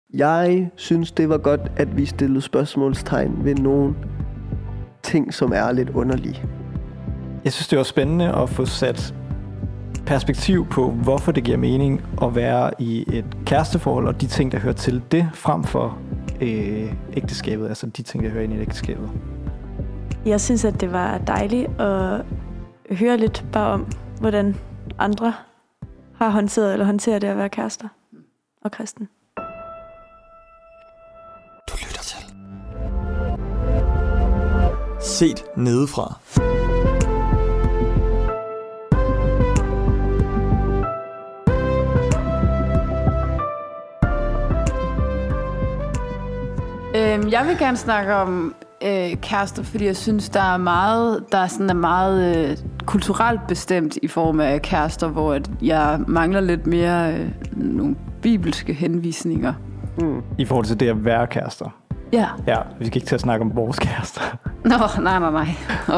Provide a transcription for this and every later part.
Jeg synes, det var godt, at vi stillede spørgsmålstegn ved nogle ting, som er lidt underlige. Jeg synes, det var spændende at få sat perspektiv på, hvorfor det giver mening at være i et kæresteforhold, og de ting, der hører til det, frem for ægteskabet, altså de ting, der hører ind i ægteskabet. Jeg synes, at det var dejligt at høre lidt bare om, hvordan andre har håndteret eller håndterer det at være kærester og kristen. Du lytter til Set nedefra. Jeg vil gerne snakke om kærester, fordi jeg synes, der er meget kulturelt bestemt i form af kærester, hvor jeg mangler lidt mere nogle bibelske henvisninger. I forhold til det at være kærester. Ja. Ja, vi skal ikke til at snakke om vores kærester. Nå, nej.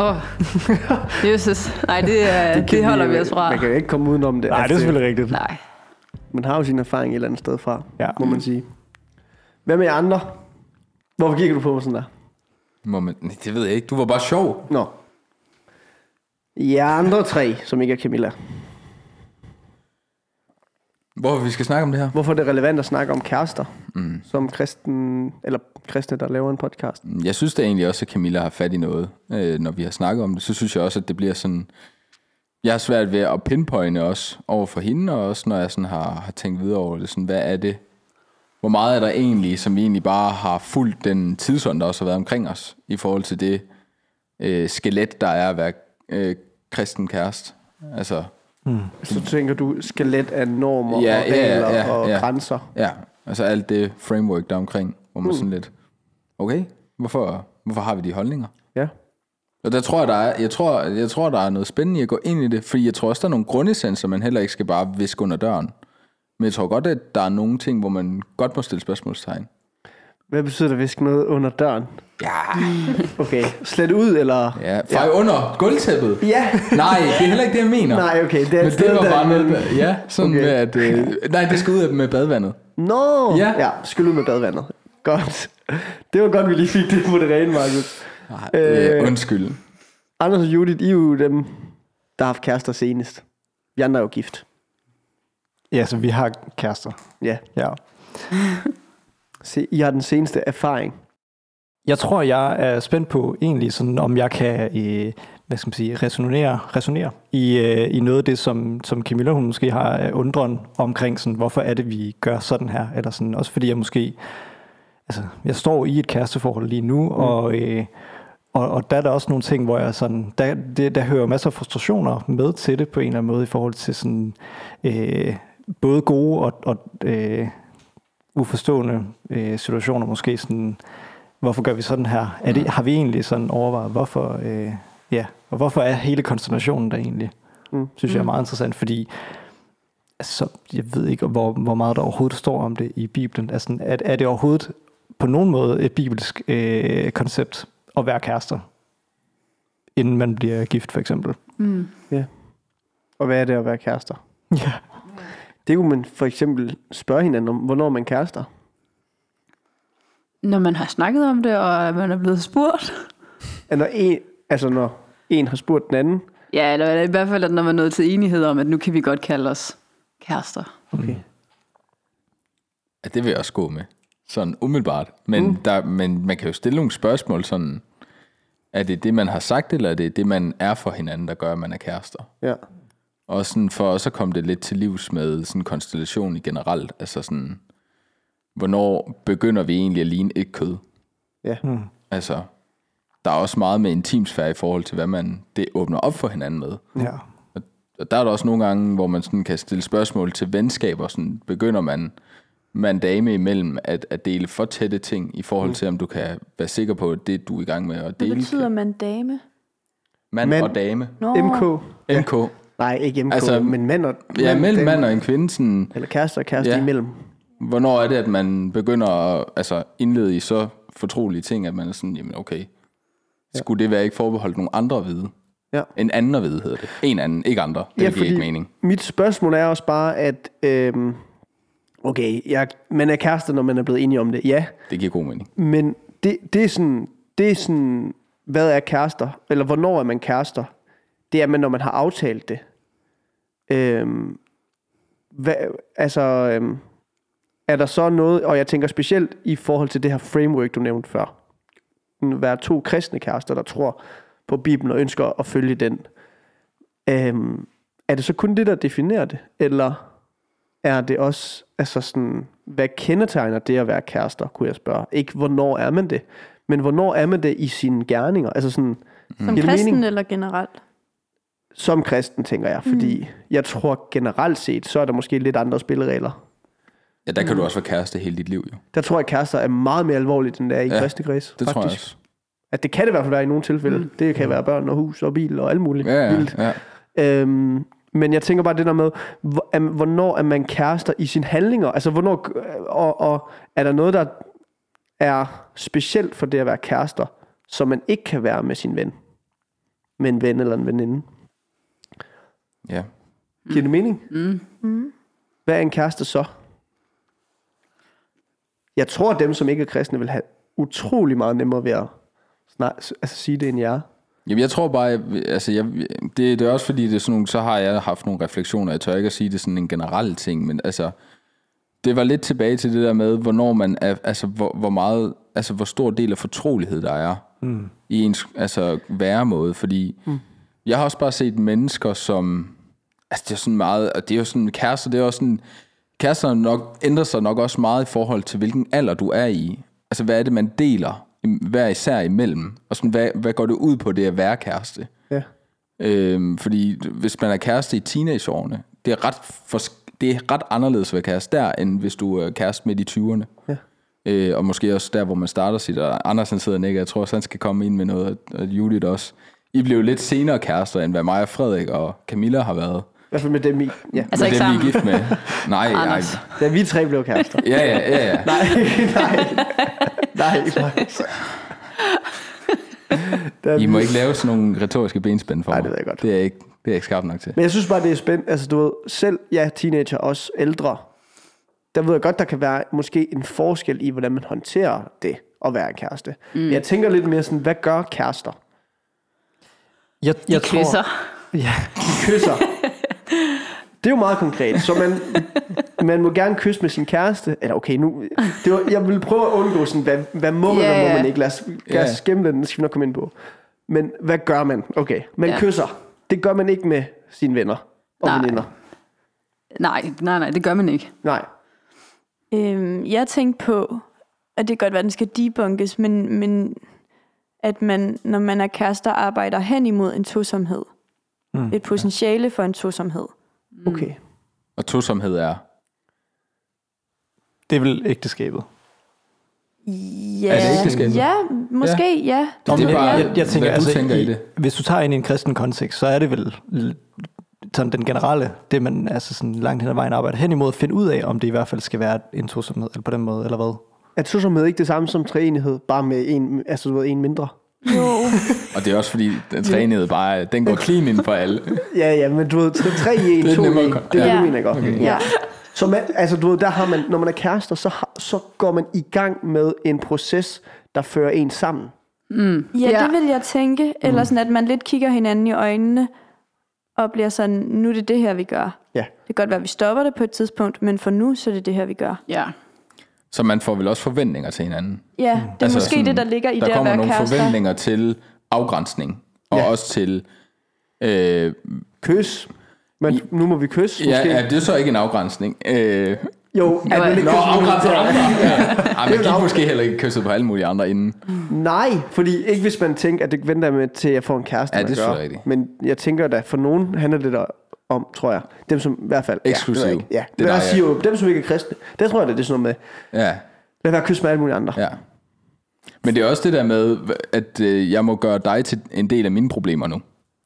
Jesus. Nej, det holder vi os fra. Man kan jo ikke komme udenom det. Nej, det er selvfølgelig rigtigt. Nej. Man har jo sin erfaring et eller andet sted fra, Ja. må man sige. Hvad med jer andre? Hvorfor kigger du på mig sådan der? Det ved jeg ikke. Du var bare sjov. Nå. Ja, andre tre, som ikke er Camilla. Hvorfor vi skal snakke om det her? Hvorfor er det relevant at snakke om kærester, som kristne, der laver en podcast? Jeg synes da egentlig også, at Camilla har fat i noget, når vi har snakket om det. Så synes jeg også, at det bliver sådan... Jeg har svært ved at pinpointe også over for hende, og også når jeg sådan har tænkt videre over det. Sådan, hvad er det? Hvor meget er der egentlig, som vi egentlig bare har fulgt den tidsånd, der også har været omkring os, i forhold til det skelet, der er at være kristen kæreste? Altså... Så tænker du skelet af normer og regler og grænser? Ja, altså alt det framework der omkring, hvor man sådan lidt, okay, hvorfor har vi de holdninger? Ja. Og der tror jeg tror, der er noget spændende i at gå ind i det, fordi jeg tror også, der er nogle grundessenser, man heller ikke skal bare viske under døren. Men jeg tror godt, at der er nogle ting, hvor man godt må stille spørgsmålstegn. Hvad betyder det at viske noget under døren? Ja. Okay, slet ud, eller? Ja, under gulvtæppet. Ja. Nej, det er heller ikke det, jeg mener. Nej, okay. Det er men det var bare noget, ja, sådan okay. med at... nej, det skal ud med badevandet. Nå, ja, skyld ud med badevandet. Godt. Det var godt, vi lige fik det på det rene, Markus. Undskyld. Anders og Judith, I er jo dem, der har haft kærester senest. Vi andre er jo gift. Ja, så vi har kærester. Ja. Ja. Se, I har den seneste erfaring. Jeg tror, jeg er spændt på egentlig, sådan, om jeg kan resonere i noget af det, som Camilla hun måske har undren omkring, sådan, hvorfor er det, vi gør sådan her, eller sådan, også fordi jeg måske, altså, jeg står i et kæresteforhold lige nu, og der er der også nogle ting, hvor jeg sådan, der hører masser af frustrationer med til det på en eller anden måde, i forhold til sådan, både gode og uforstående situationer, måske sådan, hvorfor gør vi sådan her? Har vi egentlig sådan overvejet, hvorfor, og hvorfor er hele konstellationen der egentlig? Synes jeg er meget interessant, fordi altså, jeg ved ikke, hvor meget der overhovedet står om det i Bibelen. Altså, er det overhovedet på nogen måde et bibelsk koncept at være kærester, inden man bliver gift, for eksempel? Ja. Og hvad er det at være kærester? Ja. Det kunne man for eksempel spørge hinanden om, hvornår man kærester. Når man har snakket om det, og man er blevet spurgt. Når en har spurgt den anden. Ja, eller i hvert fald, at når man er nået til enighed om, at nu kan vi godt kalde os kærester. Okay. Ja, det vil jeg også gå med. Sådan umiddelbart. Men man kan jo stille nogle spørgsmål sådan, er det, man har sagt, eller er det, man er for hinanden, der gør, at man er kærester? Ja. Og sådan for os så kom det lidt til livs med sådan en konstellation i generelt. Altså sådan, hvornår begynder vi egentlig at ligne et kød? Ja. Altså, der er også meget med intimsfære i forhold til, hvad man det åbner op for hinanden med. Ja. Og der er der også nogle gange, hvor man sådan kan stille spørgsmål til venskaber. Sådan begynder man dame imellem at dele for tætte ting, i forhold til, om du kan være sikker på, at det, du er i gang med at dele. Hvad betyder man dame? Mand og dame. MK. MK. Nej, ikke MK, altså, men mand og... Ja, mellem mand og en kvinde. Sådan, eller kæreste og kæreste imellem. Hvornår er det, at man begynder at indlede i så fortrolige ting, at man er sådan, jamen okay, skulle det være ikke forbeholdt nogle andre at vide? Ja. En anden at vide, hedder det. En anden, ikke andre. Det giver ikke mening. Mit spørgsmål er også bare, at okay, man er kærester, når man er blevet enige om det, ja. Det giver god mening. Men det er sådan, hvad er kærester? Eller hvornår er man kærester? Det er man, når man har aftalt det. Er der så noget, og jeg tænker specielt i forhold til det her framework, du nævnte før. Være 2 kristne kærester, der tror på Bibelen og ønsker at følge den. Er det så kun det, der definerer det? Eller er det også, altså sådan, hvad kendetegner det at være kærester, kunne jeg spørge. Ikke hvornår er man det, men hvornår er man det i sine gerninger? Altså sådan, som kristen eller generelt? Som kristen, tænker jeg, fordi jeg tror generelt set, så er der måske lidt andre spilleregler. Ja, der kan du også være kæreste hele dit liv, jo. Der tror jeg, at kærester er meget mere alvorligt, end det er i kristne kreds. Det faktisk. tror jeg også. At det kan det i hvert fald være i nogle tilfælde. Det kan være børn og hus og bil og alt muligt vildt. Ja. Men jeg tænker bare det der med, hvornår er man kærester i sine handlinger? Altså hvornår, og er der noget, der er specielt for det at være kærester, som man ikke kan være med sin ven? Med en ven eller en veninde? Ja. Giver det mening? Hvad er en kæreste så? Jeg tror, at dem, som ikke er kristne, vil have utrolig meget nemmere ved at sige det end jer. Jamen, jeg tror bare, det er også fordi, det er sådan nogle, så har jeg haft nogle refleksioner. Jeg tør ikke at sige det sådan en generel ting, men altså, det var lidt tilbage til det der med, hvornår man er, altså hvor meget, altså hvor stor del af fortrolighed der er i ens væremåde, fordi jeg har også bare set mennesker, som, altså det er sådan meget, og det er jo sådan kærester, det er også sådan, kærester nok ændrer sig nok også meget i forhold til, hvilken alder du er i. Altså, hvad er det, man deler hver især imellem? Og sådan, hvad går det ud på, det at være kæreste? Ja. Fordi hvis man er kæreste i teenageårene, det er ret anderledes at være kæreste der, end hvis du er kæreste midt i 20'erne. Ja. Og måske også der, hvor man starter sit, og Andersen sidder og nikker. Jeg tror også, han skal komme ind med noget, og Judith også. I blev lidt senere kærester, end hvad mig og Frederik og Camilla har været. I hvert fald med dem, Altså ikke sammen. Vi er gift med. Nej, da vi 3 blev kærester. Ja. Nej. I må ikke lave sådan nogle retoriske benspænd for mig. Nej, det ved jeg godt. Det er jeg ikke skarp nok til. Men jeg synes bare, det er spændende. Altså, du ved, selv teenager, også ældre, der ved jeg godt, der kan være måske en forskel i, hvordan man håndterer det at være en kæreste. Jeg tænker lidt mere sådan, hvad gør kærester? Jeg kysser. Ja, de kysser. Det er jo meget konkret. Så man må gerne kysse med sin kæreste. Eller okay, nu... jeg vil prøve at undgå sådan, hvad må man, og må man ikke. Lad os skemme den, det skal vi nok komme ind på. Men hvad gør man? Okay, man kysser. Det gør man ikke med sine venner og veninder. Nej, det gør man ikke. Nej. Jeg tænkte på, at det kan godt være, at den skal debunkes, men at man, når man er kærester, arbejder hen imod en tosomhed. Et potentiale for en tosomhed. Okay. Og tosomhed er? Det er vel ægteskabet? Ja, er det ægteskabet? Ja, måske, ja. Det er bare, jeg tænker, hvad du tænker i det. Hvis du tager ind i en kristen kontekst, så er det vel sådan den generelle, det man altså sådan langt hen ad vejen arbejder hen imod, at finde ud af, om det i hvert fald skal være en tosomhed, eller på den måde, eller hvad? Er tosomhed ikke det samme som treenighed, bare med en mindre? Jo. Og det er også fordi, den trænede bare, den går clean ind for alle. Ja, men du ved, 3 i 1, 2 i 1, det er det, mener jeg godt. Okay. Ja. Så du ved, der har man, når man er kærester, så går man i gang med en proces, der fører en sammen. Ja, det vil jeg tænke. Eller sådan, at man lidt kigger hinanden i øjnene, og bliver sådan, nu er det her, vi gør. Ja. Det kan godt være, at vi stopper det på et tidspunkt, men for nu, så er det her, vi gør. Ja. Så man får vel også forventninger til hinanden. Ja, det er måske sådan, det, der ligger i det at være kærester. Der kommer nogle forventninger til afgrænsning, og også til... Kys. Men nu må vi kysse, måske. Ja, det er så ikke en afgrænsning. Jo, at man ikke afgrænser andre. Man gik måske heller ikke kysset på alle mulige andre inden. Nej, fordi ikke hvis man tænker, at det venter med til at få en kæreste. Ja, det er rigtigt. Men jeg tænker da, for nogen handler det der om, tror jeg. Dem som i hvert fald... Eksklusiv. Ja, det er siger jo, dem som ikke er kristne. Det tror jeg, det er sådan noget med... Ja. Lad være kysse med alle mulige andre. Ja. Men det er også det der med, at jeg må gøre dig til en del af mine problemer nu.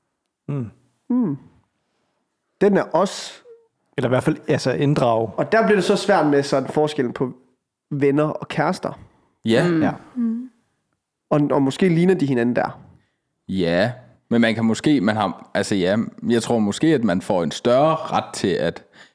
Den er også... Eller i hvert fald altså inddrage. Og der bliver det så svært med sådan forskellen på venner og kærester. Ja. Og måske ligner de hinanden der. Ja, men man kan måske, jeg tror måske, at man får en større ret til at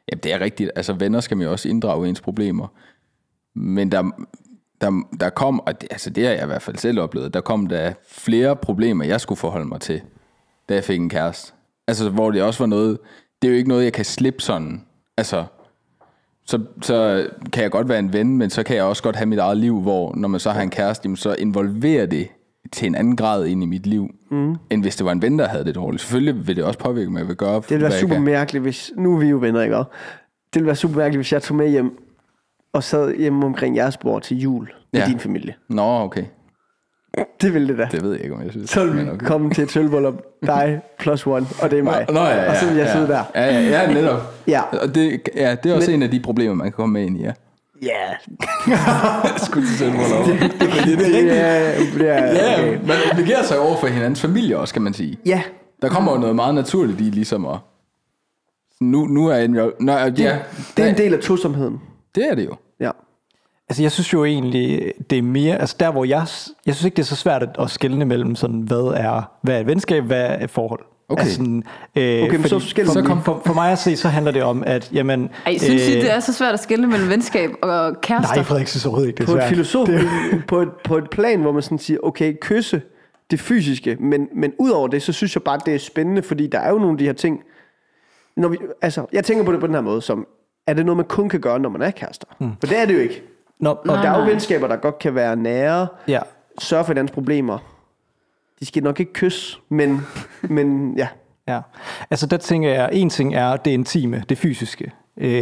Ja, det er rigtigt. Altså venner skal man jo også inddrage ens problemer. Men der kom, og det har jeg i hvert fald selv oplevet, der kom der flere problemer, jeg skulle forholde mig til, da jeg fik en kæreste. Altså, hvor det også var noget, det er jo ikke noget, jeg kan slippe sådan. Altså, så kan jeg godt være en ven, men så kan jeg også godt have mit eget liv, hvor når man så har en kæreste, så involverer det til en anden grad ind i mit liv, end hvis det var en ven, der havde det dårligt. Selvfølgelig vil det også påvirke mig, hvad jeg vil gøre. Det ville være super mærkeligt, hvis... Nu er vi jo venner, ikke? Det ville være super mærkeligt, hvis jeg tog med hjem og sad hjemme omkring jeres bord til jul med din familie. Nå, okay. Det ville det da. Det ved jeg ikke, om jeg synes. Så vil vi komme til et sølvbryllup, dig plus one, og det er mig. Nå, ja, og så vil jeg sidde der. Ja, netop. Ja. Og det er også en af de problemer, man kan komme med ind i, ja. Ja. Skulle til sølvbryllup. Det er rigtigt. Ja, man obligerer sig over for hinandens familie også, kan man sige. Ja. Der kommer jo noget meget naturligt i, ligesom at... Nu er en... Det er en del af tosomheden. Det er det jo. Ja. Altså jeg synes jo egentlig, det er mere, altså der hvor jeg synes ikke det er så svært at skelne mellem sådan, hvad er et venskab, hvad er et forhold. Okay. Altså sådan, men så for mig at se, så handler det om, at jamen... Synes I, det er så svært at skelne mellem venskab og kærester? Nej, Frederik synes overhovedet ikke, det er svært. På et plan, hvor man sådan siger, okay, kysse, det fysiske, men ud over det, så synes jeg bare, det er spændende, fordi der er jo nogle af de her ting, jeg tænker på det på den her måde, som, er det noget, man kun kan gøre, når man er kærester? For det er det jo ikke. Og der er jo venskaber, der godt kan være nære, sørge for hinandens problemer. De skal nok ikke kysse, men ja. Ja, altså der tænker jeg, en ting er det intime, det fysiske.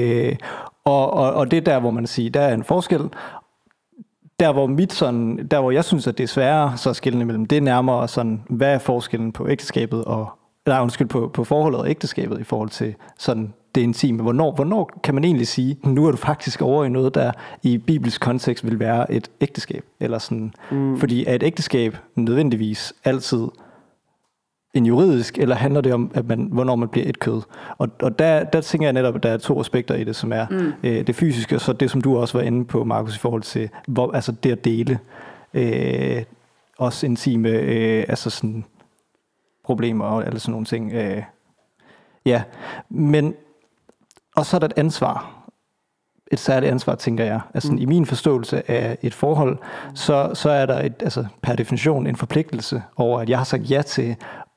Og det er der, hvor man siger, der er en forskel. Der hvor jeg synes, at det er sværere så at skille mellem, det er nærmere sådan, hvad er forskellen på ægteskabet på forholdet og ægteskabet i forhold til sådan det intime. Hvornår kan man egentlig sige, nu er du faktisk over i noget, der i bibelsk kontekst vil være et ægteskab? Eller sådan, fordi er et ægteskab nødvendigvis altid en juridisk, eller handler det om, at hvornår man bliver et kød? Og der tænker jeg netop, at der er to aspekter i det, som er det fysiske, og så det, som du også var inde på, Markus, i forhold til altså det at dele også intime altså sådan problemer og alle sådan nogle ting. Men og så er der et ansvar. Et særligt ansvar, tænker jeg. Altså i min forståelse af et forhold, så er der per definition en forpligtelse over, at jeg har sagt ja til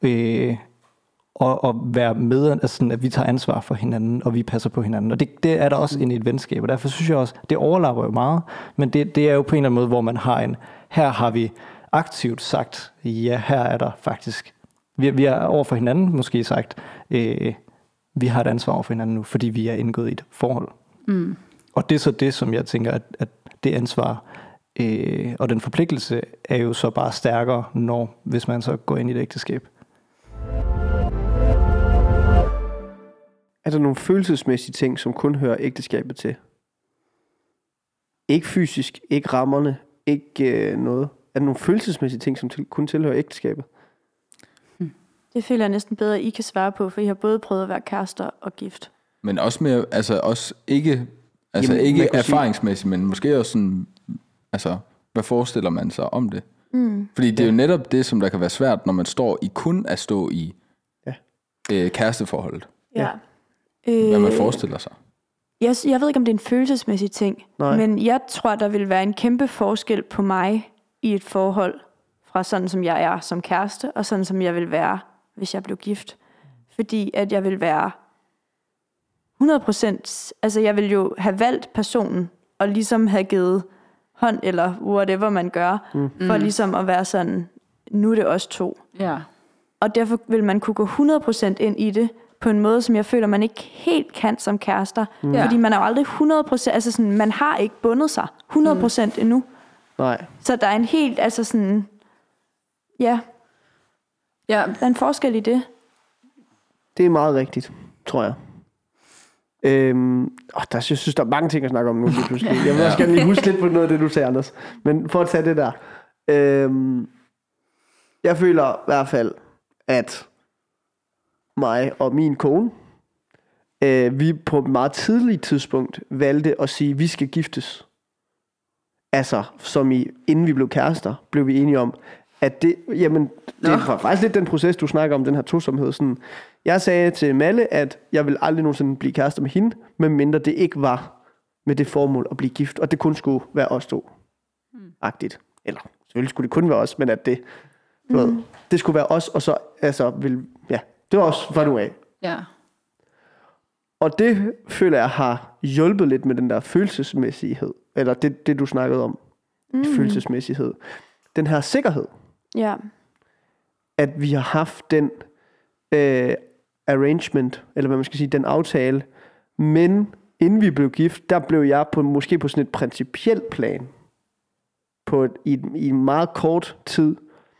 at være med, altså at vi tager ansvar for hinanden, og vi passer på hinanden. Og det er der også inde i et venskab, og derfor synes jeg også, det overlapper jo meget, men det er jo på en eller anden måde, hvor man har her har vi aktivt sagt, ja, her er der faktisk, vi har over for hinanden måske sagt, vi har et ansvar over for hinanden nu, fordi vi er indgået i et forhold. Og det er så det, som jeg tænker, at det ansvar og den forpligtelse er jo så bare stærkere, hvis man så går ind i et ægteskab. Er der nogle følelsesmæssige ting, som kun hører ægteskabet til? Ikke fysisk, ikke rammerne, ikke noget. Er der nogle følelsesmæssige ting, som kun tilhører ægteskabet? Det føler jeg næsten bedre, at I kan svare på, for I har både prøvet at være kærester og gift. Men også mere, også ikke, ikke erfaringsmæssigt, men måske også sådan, hvad forestiller man sig om det? Fordi det er jo netop det, som der kan være svært, når man står i kun at stå i kæresteforholdet. Ja. Hvad man forestiller sig. Jeg ved ikke, om det er en følelsesmæssig ting, men jeg tror, der vil være en kæmpe forskel på mig i et forhold, fra sådan som jeg er som kæreste, og sådan som jeg vil være, hvis jeg blev gift. Fordi at jeg vil være 100%, altså jeg vil jo have valgt personen, og ligesom have givet hånd, eller whatever man gør, for ligesom at være sådan, nu er det os to. Ja. Og derfor vil man kunne gå 100% ind i det, på en måde, som jeg føler, man ikke helt kan som kærester. Fordi man er jo aldrig 100%, altså sådan, man har ikke bundet sig 100% endnu. Nej. Så der er en helt, altså sådan, der er en forskel i det. Det er meget rigtigt, tror jeg. Jeg synes, der er mange ting at snakke om nu. Jeg vil også gerne lige huske lidt på noget af det, du sagde, Anders. Men for at tage det der. Jeg føler i hvert fald, at mig og min kone, vi på et meget tidligt tidspunkt valgte at sige, at vi skal giftes. Altså, inden vi blev kærester, blev vi enige om, at det, jamen, det var faktisk lidt den proces, du snakker om, den her tosomhed. Sådan, jeg sagde til Malle, at jeg vil aldrig nogensinde blive kærester med hende, medmindre det ikke var med det formål at blive gift, og det kun skulle være os to. Agtigt. Eller selvfølgelig skulle det kun være os, men at det, det skulle være os, og så, altså, det var også fra nu af. Ja. Og det føler jeg har hjulpet lidt med den der følelsesmæssighed, eller det du snakkede om, følelsesmæssighed. Den her sikkerhed. Ja. At vi har haft den arrangement, eller hvad man skal sige, den aftale, men inden vi blev gift, der blev jeg måske på sådan et principielt plan, i en meget kort tid,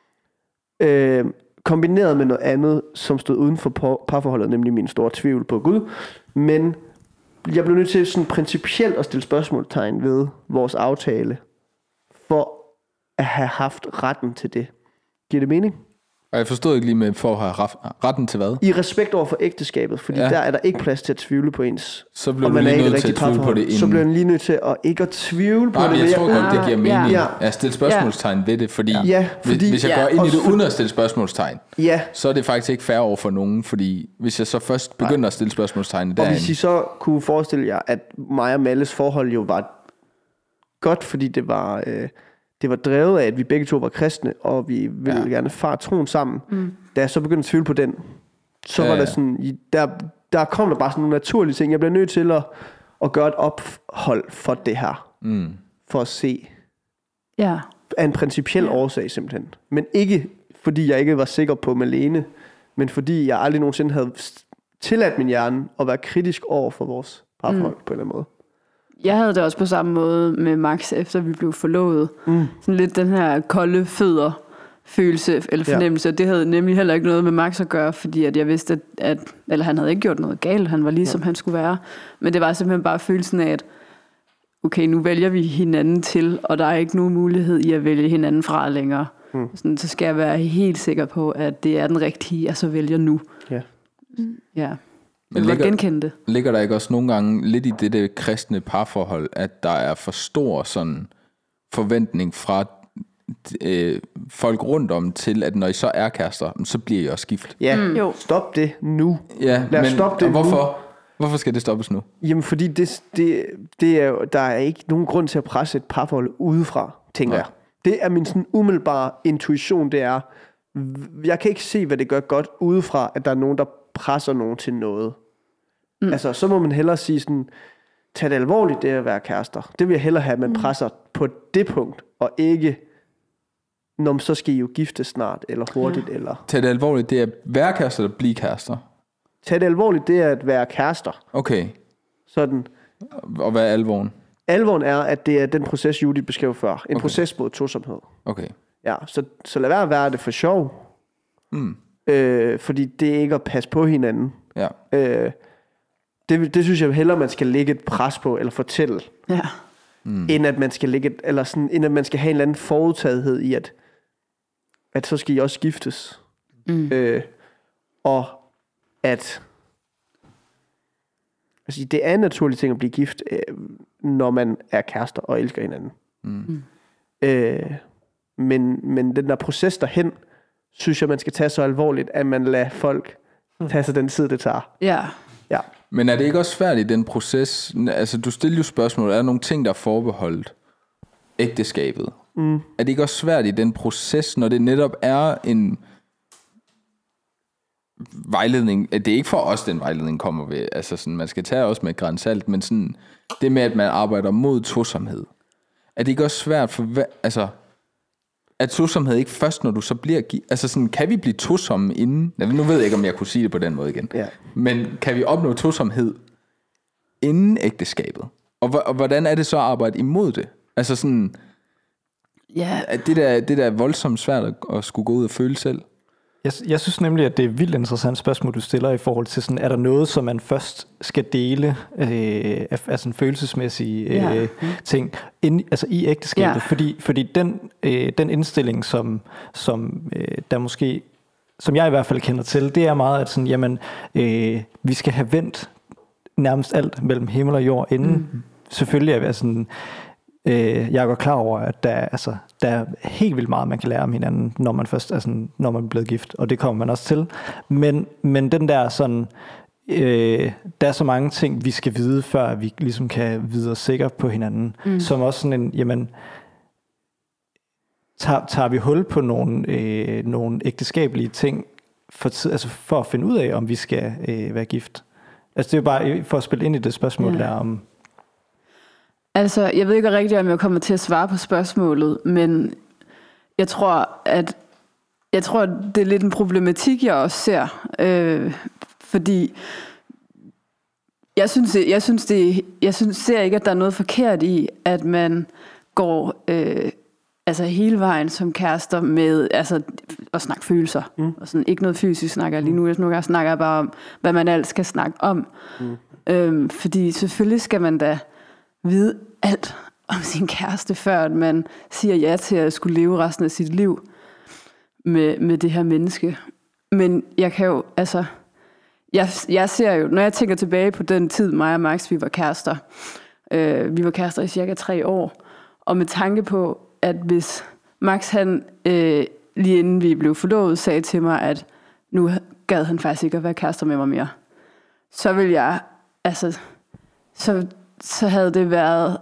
kombineret med noget andet, som stod uden for parforholdet, nemlig min store tvivl på Gud. Men jeg blev nødt til sådan principielt at stille spørgsmålstegn ved vores aftale, for at have haft retten til det. Giver det mening? Og jeg forstod ikke lige med, for at have retten til hvad? I respekt over for ægteskabet, fordi der er der ikke plads til at tvivle på ens. Så bliver du lige nødt til at tvivle på det inden. Så bliver man lige nødt til at ikke at tvivle på det. Jeg tror godt, det giver mening at stille spørgsmålstegn ved det, fordi hvis jeg går ind i det uden at stille spørgsmålstegn, så er det faktisk ikke fair over for nogen, fordi hvis jeg så først begynder at stille spørgsmålstegn derinde. Og hvis I så kunne forestille jer, at mig og Malles forhold jo var godt, fordi det var drevet af, at vi begge to var kristne, og vi ville gerne erfare troen sammen. Da jeg så begyndte at tvivle på den, så var der sådan, der kom der bare sådan nogle naturlige ting. Jeg blev nødt til at gøre et ophold for det her. For at se. Af en principiel årsag simpelthen. Men ikke fordi jeg ikke var sikker på Malene, men fordi jeg aldrig nogensinde havde tilladt min hjerne at være kritisk over for vores parforhold på en eller anden måde. Jeg havde det også på samme måde med Max, efter vi blev forlovet. Sådan lidt den her kolde fødder følelse eller fornemmelse. Det havde nemlig heller ikke noget med Max at gøre, fordi at jeg vidste, eller han havde ikke gjort noget galt. Han var lige som han skulle være. Men det var simpelthen bare følelsen af, at okay, nu vælger vi hinanden til, og der er ikke nogen mulighed i at vælge hinanden fra længere. Sådan, så skal jeg være helt sikker på, at det er den rigtige, jeg så vælger nu. Ja. Men ligger der ikke også nogle gange lidt i det kristne parforhold, at der er for stor sådan forventning fra folk rundt om til, at når I så er kærester, så bliver I også gift? Ja, stop det nu. Ja, lad os stoppe det hvorfor? Hvorfor skal det stoppes nu? Jamen fordi det er jo, der er ikke nogen grund til at presse et parforhold udefra, tænker jeg. Det er min sådan umiddelbare intuition, det er, jeg kan ikke se, hvad det gør godt udefra, at der er nogen, der presser nogen til noget. Altså, så må man hellere sige sådan, tag det alvorligt, det at være kærester. Det vil jeg hellere have, at man presser på det punkt, og ikke, når så skal I jo gifte snart, eller hurtigt, eller... Tag det alvorligt, det er at være kærester, eller blive kærester? Tag det alvorligt, det er at være kærester. Okay. Sådan. Og hvad er alvoren? Alvoren er, at det er den proces, Judith beskrev før. En proces mod tosomhed. Okay. Ja, så lad være at være det for sjov. Fordi det er ikke at passe på hinanden. Ja. Det synes jeg hellere, man skal lægge et pres på, eller fortælle. Ja. End at man skal lægge end at man skal have en eller anden forudtagethed i, at så skal I også giftes. Og at altså, det er en naturlig ting at blive gift, når man er kærester og elsker hinanden. Men den der proces derhen, synes jeg, man skal tage så alvorligt, at man lader folk tage sig den tid, det tager. Ja. Men er det ikke også svært i den proces? Altså, du stiller jo spørgsmål. Er der nogle ting, der er forbeholdt ægteskabet? Er det ikke også svært i den proces, når det netop er en vejledning? Det er ikke for os, den vejledning kommer ved. Altså, sådan, man skal tage også med et gran salt, men sådan, det med, at man arbejder mod tosomhed. Er det ikke også svært for... Altså, at tosomhed ikke først, når du så bliver... Altså sådan, kan vi blive tosomme inden... Nu ved jeg ikke, om jeg kunne sige det på den måde igen. Ja. Men kan vi opnå tosomhed inden ægteskabet? Og hvordan er det så at arbejde imod det? Altså sådan... Ja. Det der er voldsomt svært at skulle gå ud og føle selv. Jeg synes nemlig, at det er et vildt interessant spørgsmål, du stiller i forhold til sådan, er der noget, som man først skal dele af sådan følelsesmæssige ting altså i ægteskabet? Fordi den indstilling, som der måske, som jeg i hvert fald kender til, det er meget, at sådan, jamen, vi skal have vendt nærmest alt mellem himmel og jord inden. Selvfølgelig er vi sådan, jeg er godt klar over, at der er helt vildt meget, man kan lære om hinanden, når man først når man er blevet gift, og det kommer man også til. Men den der sådan, der er så mange ting, vi skal vide, før vi ligesom kan vide os sikre på hinanden, som også sådan en, jamen, tager vi hul på nogle ægteskabelige ting for at finde ud af, om vi skal være gift. Altså det er jo bare for at spille ind i det spørgsmål der om... Altså, jeg ved ikke rigtigt, om jeg kommer til at svare på spørgsmålet, men jeg tror, det er lidt en problematik, jeg også ser. Fordi jeg ser ikke, at der er noget forkert i, at man går hele vejen som kærester med at snakke følelser. Og sådan, ikke noget fysisk snakker jeg lige nu. Nu snakker jeg bare om, hvad man alt skal snakke om. Fordi selvfølgelig skal man da vide alt om sin kæreste, før at man siger ja til at skulle leve resten af sit liv med det her menneske. Men jeg kan jo, jeg ser jo, når jeg tænker tilbage på den tid, mig og Max, vi var kærester. Vi var kærester i cirka 3 år. Og med tanke på, at hvis Max han, lige inden vi blev forlovet, sagde til mig, at nu gad han faktisk ikke at være kærester med mig mere, så ville jeg, så havde det været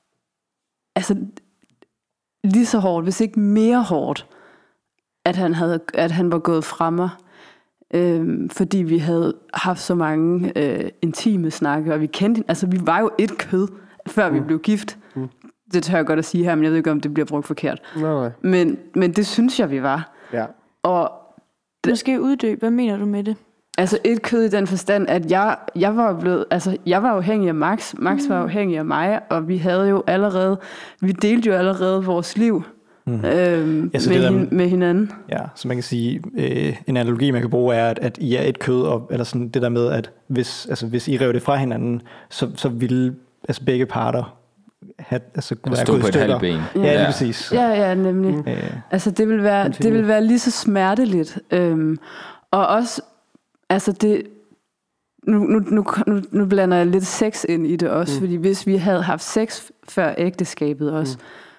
lige så hårdt, hvis ikke mere hårdt, at han var gået fra mig, fordi vi havde haft så mange intime snakke, og vi kendte, vi var jo et kød, før vi blev gift. Det tør jeg godt at sige her, men jeg ved ikke, om det bliver brugt forkert. Nej. Men det synes jeg, vi var. Ja. Og du skal uddybe, hvad mener du med det? Et kød i den forstand, at jeg var afhængig af Max. Max var afhængig af mig, og vi delte jo allerede vores liv med hinanden. Ja, så man kan sige, en analogi, man kan bruge, er, at I er et kød, eller sådan det der med, at hvis I rev det fra hinanden, så ville begge parter stå på et halvt ben. Ja, præcis. Ja, nemlig. Det vil være lige så smerteligt. Og også, nu blander jeg lidt sex ind i det også, fordi hvis vi havde haft sex før ægteskabet også,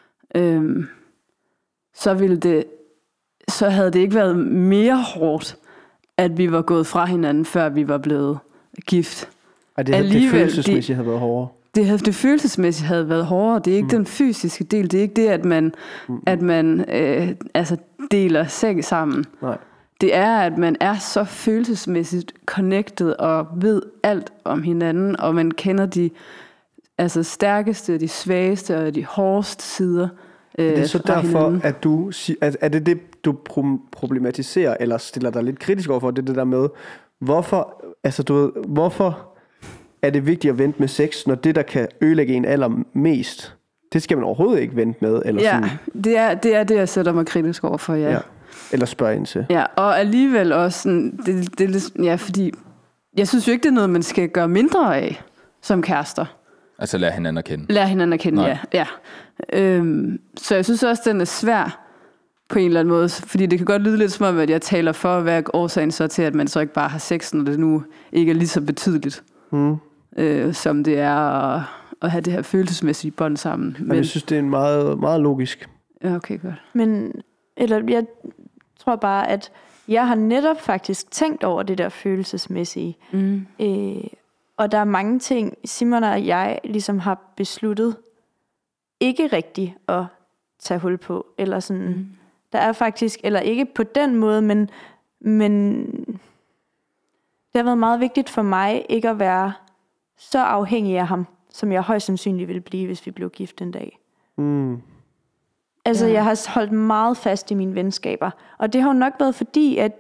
så havde det ikke været mere hårdt, at vi var gået fra hinanden, før vi var blevet gift. Og det følelsesmæssigt havde været hårdere. Det følelsesmæssigt havde været hårdere. Det er ikke den fysiske del. Det er ikke det, at man deler seng sammen. Nej. Det er, at man er så følelsesmæssigt connected og ved alt om hinanden, og man kender de stærkeste, de svageste og de hårdeste sider. Det er så derfor, hinanden. At du er det du problematiserer eller stiller dig lidt kritisk overfor, det der med hvorfor er det vigtigt at vente med sex, når det der kan ødelægge en allermest, det skal man overhovedet ikke vente med, eller sådan. Det er det jeg sætter mig kritisk overfor, ja. Eller spørger ind til. Ja, og alligevel også sådan, fordi jeg synes jo ikke, det er noget, man skal gøre mindre af som kærester. Lære hinanden at kende. Lære hinanden at kende, ja. Så jeg synes også, den er svær på en eller anden måde, fordi det kan godt lyde lidt som om, at jeg taler for, hvad er årsagen så til, at man så ikke bare har sex, når det nu ikke er lige så betydeligt, som det er at have det her følelsesmæssige bånd sammen. Men jeg synes, det er en meget, meget logisk. Ja, okay, godt. Jeg tror bare, at jeg har netop faktisk tænkt over det der følelsesmæssige. Og der er mange ting, Simon og jeg ligesom har besluttet ikke rigtigt at tage hul på. Eller sådan, der er faktisk, eller ikke på den måde, men det har været meget vigtigt for mig ikke at være så afhængig af ham, som jeg højst sandsynligt ville blive, hvis vi blev gift en dag. Jeg har holdt meget fast i mine venskaber. Og det har jo nok været fordi, at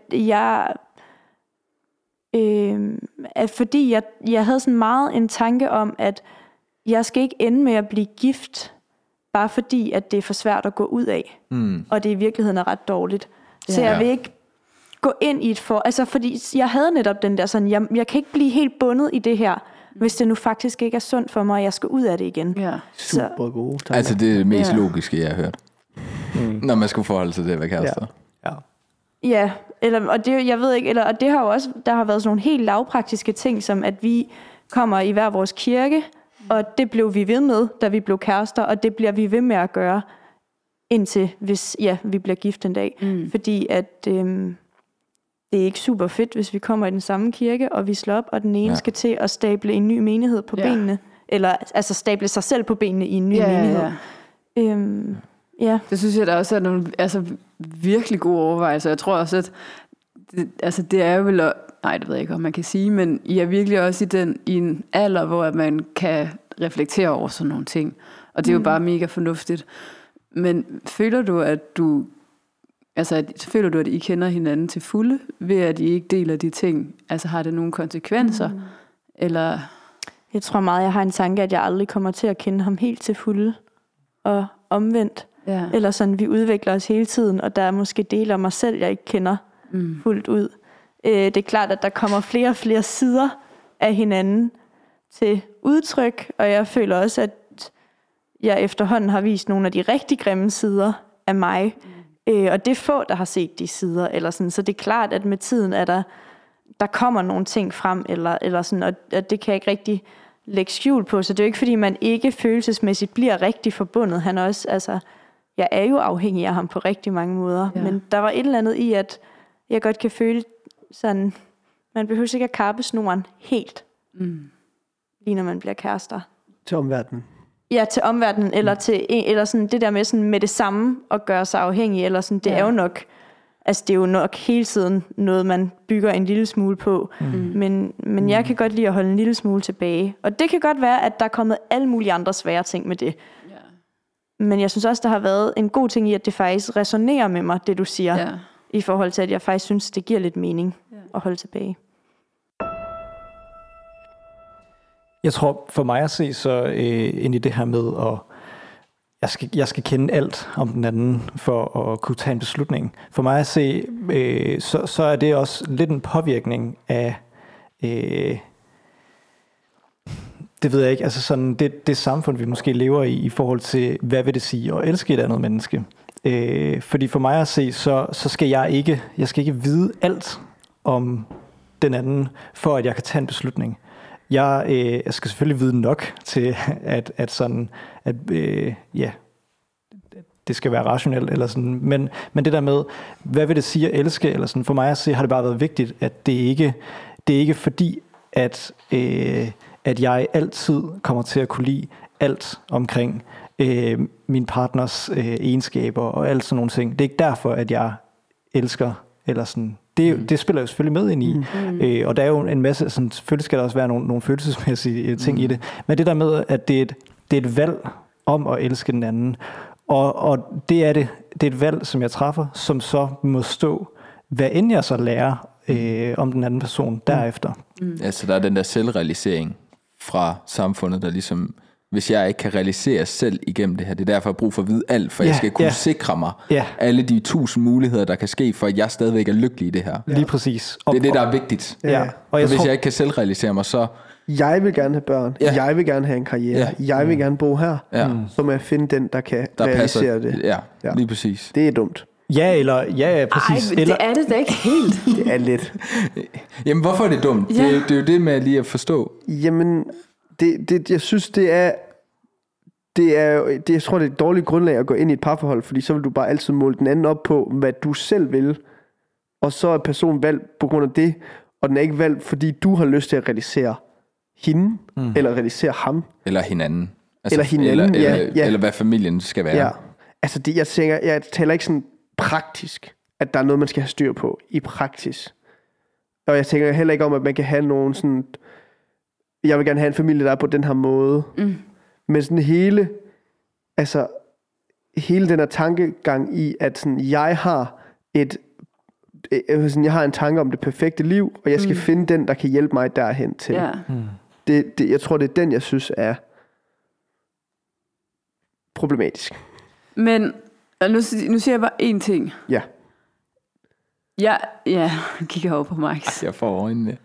jeg havde sådan meget en tanke om, at jeg skal ikke ende med at blive gift, bare fordi, at det er for svært at gå ud af. Og det i virkeligheden er ret dårligt. Så jeg vil ikke gå ind i et fordi jeg havde netop den der sådan, jeg kan ikke blive helt bundet i det her, hvis det nu faktisk ikke er sundt for mig, og jeg skal ud af det igen. Ja. Super gode tanker. Det er det mest logiske, jeg har hørt. Når man skulle forholde sig til at være kærester. Ja, og det, jeg ved ikke, og det har jo også, der har været sådan nogle helt lavpraktiske ting, som at vi kommer i hver vores kirke Og det blev vi ved med, da vi blev kærester, og det bliver vi ved med at gøre, indtil hvis vi bliver gift en dag. Fordi at det er ikke super fedt, hvis vi kommer i den samme kirke, og vi slår op, og den ene skal til at stable en ny menighed på benene. Eller altså stable sig selv på benene i en ny menighed. Ja. Det synes jeg, der også er nogle virkelig gode overvejelser. Jeg tror også, at det er jo vel... Nej, det ved jeg ikke, om man kan sige, men I er virkelig også i en alder, hvor man kan reflektere over sådan nogle ting. Og det er jo bare mega fornuftigt. Men føler du, at I kender hinanden til fulde, ved at I ikke deler de ting? Altså har det nogle konsekvenser? Eller... Jeg tror meget, jeg har en tanke, at jeg aldrig kommer til at kende ham helt til fulde. Og omvendt. Ja. Eller sådan, vi udvikler os hele tiden, og der er måske dele af mig selv, jeg ikke kender fuldt ud. Det er klart, at der kommer flere og flere sider af hinanden til udtryk, og jeg føler også, at jeg efterhånden har vist nogle af de rigtig grimme sider af mig. Og det er få, der har set de sider. Eller sådan. Så det er klart, at med tiden er der kommer nogle ting frem, eller sådan, og det kan jeg ikke rigtig lægge skjul på. Så det er jo ikke, fordi man ikke følelsesmæssigt bliver rigtig forbundet. Han også, altså, jeg er jo afhængig af ham på rigtig mange måder. Ja. Men der var et eller andet i, at jeg godt kan føle sådan, man behøver ikke at kappe snoren helt, lige når man bliver kærester. Til omverdenen. Ja, til omverdenen, eller sådan det der med sådan med det samme at gøre sig afhængig, eller sådan, det er jo nok, altså det er jo nok hele tiden noget, man bygger en lille smule på, men jeg kan godt lide at holde en lille smule tilbage, og det kan godt være, at der er kommet alle mulige andre svære ting med det. Men jeg synes også, der har været en god ting i, at det faktisk resonerer med mig, det du siger, i forhold til, at jeg faktisk synes, det giver lidt mening at holde tilbage. Jeg tror for mig at se så ind i det her med, at jeg skal kende alt om den anden for at kunne tage en beslutning. For mig at se, så er det også lidt en påvirkning af, det ved jeg ikke, altså sådan det samfund, vi måske lever i forhold til, hvad vil det sige at elske et andet menneske. Fordi for mig at se, så skal jeg skal ikke vide alt om den anden, for at jeg kan tage en beslutning. Jeg skal selvfølgelig vide nok til, at det skal være rationelt, eller sådan. Men det der med, hvad vil det sige at elske, eller sådan, for mig at se, har det bare været vigtigt, at det er ikke fordi, at jeg altid kommer til at kunne lide alt omkring min partners egenskaber og alt sådan nogle ting. Det er ikke derfor, at jeg elsker, eller sådan. Det spiller jo selvfølgelig med ind i. Og der er jo en masse, sådan, selvfølgelig skal der også være nogle følelsesmæssige ting i det. Men det der med, at det er et valg om at elske den anden. Og det er et valg, som jeg træffer, som så må stå, hvad end jeg så lærer om den anden person derefter. Altså der er den der selvrealisering fra samfundet, der ligesom, hvis jeg ikke kan realisere selv igennem det her, det er derfor, jeg har brug for at vide alt, for jeg skal kunne sikre mig alle de 1000 muligheder, der kan ske, for at jeg stadigvæk er lykkelig i det her. Lige præcis. Det er det, der er vigtigt. Og hvis jeg ikke kan selvrealisere mig, så... Jeg vil gerne have børn. Jeg vil gerne have en karriere. Jeg vil gerne bo her. Så må jeg finde den, der kan realisere det. Ja, lige præcis. Det er dumt. Ja, præcis. Ej, det er det da ikke helt. Det er lidt. Jamen, hvorfor er det dumt? Det er jo det med lige at forstå. Jamen, jeg synes, jeg tror, det er et dårligt grundlag at gå ind i et parforhold, fordi så vil du bare altid måle den anden op på, hvad du selv vil, og så er personen valgt på grund af det, og den er ikke valgt, fordi du har lyst til at realisere hende, eller realisere ham. Eller hinanden. Altså, eller hinanden, eller hvad familien skal være. Ja. Altså, jeg taler ikke sådan praktisk, at der er noget, man skal have styr på i praksis. Og jeg tænker heller ikke om, at man kan have nogen sådan... Jeg vil gerne have en familie, der er på den her måde. Men sådan hele den her tankegang i, at sådan, jeg har en tanke om det perfekte liv, og jeg skal finde den, der kan hjælpe mig derhen til. Jeg tror, det er den, jeg synes er problematisk. Men nu siger jeg bare én ting. Ja. Ja, kigger over på Max. Jeg får øjnene.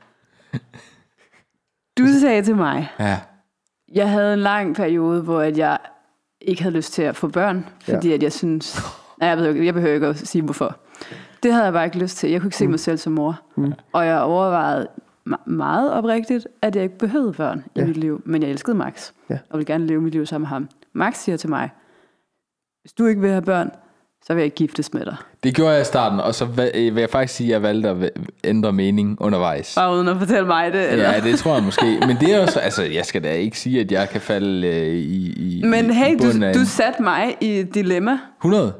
Du sagde til mig, ja. Jeg havde en lang periode, hvor at jeg ikke havde lyst til at få børn, fordi at jeg synes... Nej, jeg behøver ikke at sige hvorfor. Det havde jeg bare ikke lyst til. Jeg kunne ikke se mig selv som mor. Og jeg overvejede meget oprigtigt, at jeg ikke behøvede børn i mit liv, men jeg elskede Max, og ville gerne leve mit liv sammen med ham. Max siger til mig, hvis du ikke vil have børn, så vil jeg ikke giftes med dig. Det gjorde jeg i starten, og så vil jeg faktisk sige, at jeg valgte at ændre mening undervejs. Bare uden at fortælle mig det? Eller? Ja, det tror jeg måske. Men det er jo så, altså, jeg skal da ikke sige, at jeg kan falde i Men hey, bunden du satte mig i et dilemma. 100?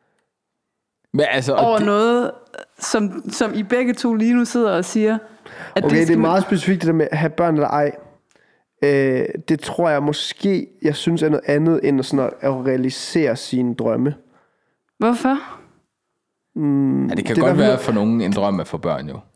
Men altså, over noget, som I begge to lige nu sidder og siger, at okay, det er meget specifikt det der med at have børn eller ej. Det tror jeg måske, jeg synes er noget andet, end sådan at realisere sine drømme. Hvorfor? Ja, det kan godt være for nogen en drøm at få børn jo.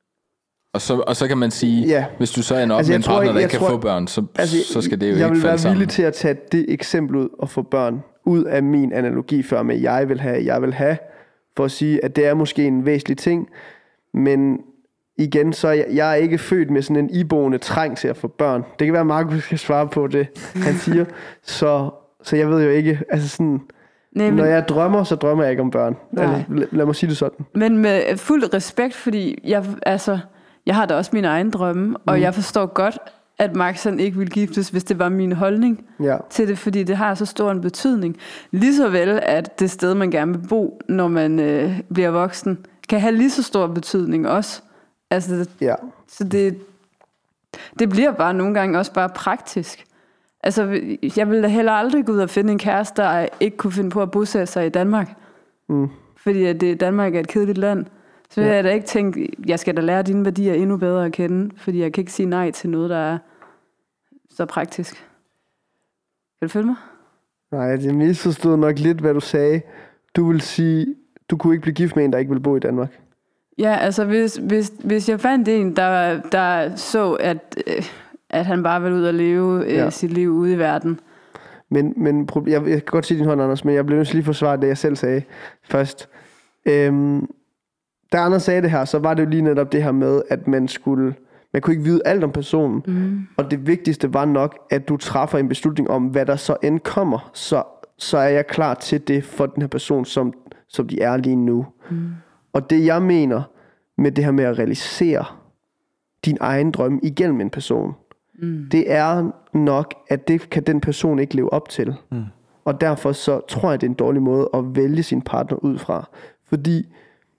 Og så kan man sige, hvis du så ender op med en partner, der ikke kan få børn, så skal det jo ikke falde sammen. Jeg vil være villig til at tage det eksempel ud og få børn ud af min analogi før med, jeg vil have, for at sige, at det er måske en væsentlig ting, men igen, så jeg er ikke født med sådan en iboende trang til at få børn. Det kan være, at Markus skal svare på det, han siger. Så jeg ved jo ikke, altså sådan, når jeg drømmer, så drømmer jeg ikke om børn. Lad mig sige det sådan. Men med fuld respekt, fordi jeg har da også mine egne drømme, og jeg forstår godt, at Max ikke ville giftes, hvis det var min holdning til det, fordi det har så stor en betydning. Lige så vel, at det sted, man gerne vil bo, når man bliver voksen, kan have lige så stor betydning også. Altså, så det bliver bare nogle gange også bare praktisk. Altså, jeg ville da heller aldrig gå ud og finde en kæreste, der ikke kunne finde på at bosætte sig i Danmark. Fordi at Danmark er et kedeligt land. Så vil jeg da ikke tænke, jeg skal da lære dine værdier endnu bedre at kende, fordi jeg kan ikke sige nej til noget, der er så praktisk. Kan du følge mig? Nej, det misforstod nok lidt, hvad du sagde. Du vil sige, du kunne ikke blive gift med en, der ikke vil bo i Danmark. Ja, altså hvis jeg fandt en, der så, at han bare ville ud og leve sit liv ude i verden. Men jeg kan godt sige din hånd, Anders, men jeg bliver nødt til lige forsvare det, jeg selv sagde først. Da Anders sagde det her, så var det jo lige netop det her med, at man kunne ikke vide alt om personen. Og det vigtigste var nok, at du træffer en beslutning om, hvad der så end kommer. Så er jeg klar til det for den her person, som de er lige nu. Og det jeg mener med det her med at realisere din egen drømme igennem en person, det er nok, at det kan den person ikke leve op til. Og derfor så tror jeg, det er en dårlig måde at vælge sin partner ud fra. Fordi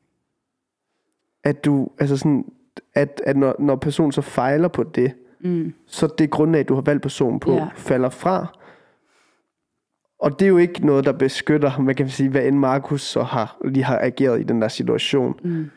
at du, altså sådan, at når personen så fejler på det, så det grundlag, du har valgt personen på, falder fra. Og det er jo ikke noget, der beskytter, man kan sige, hvad end Markus så lige har ageret i den der situation.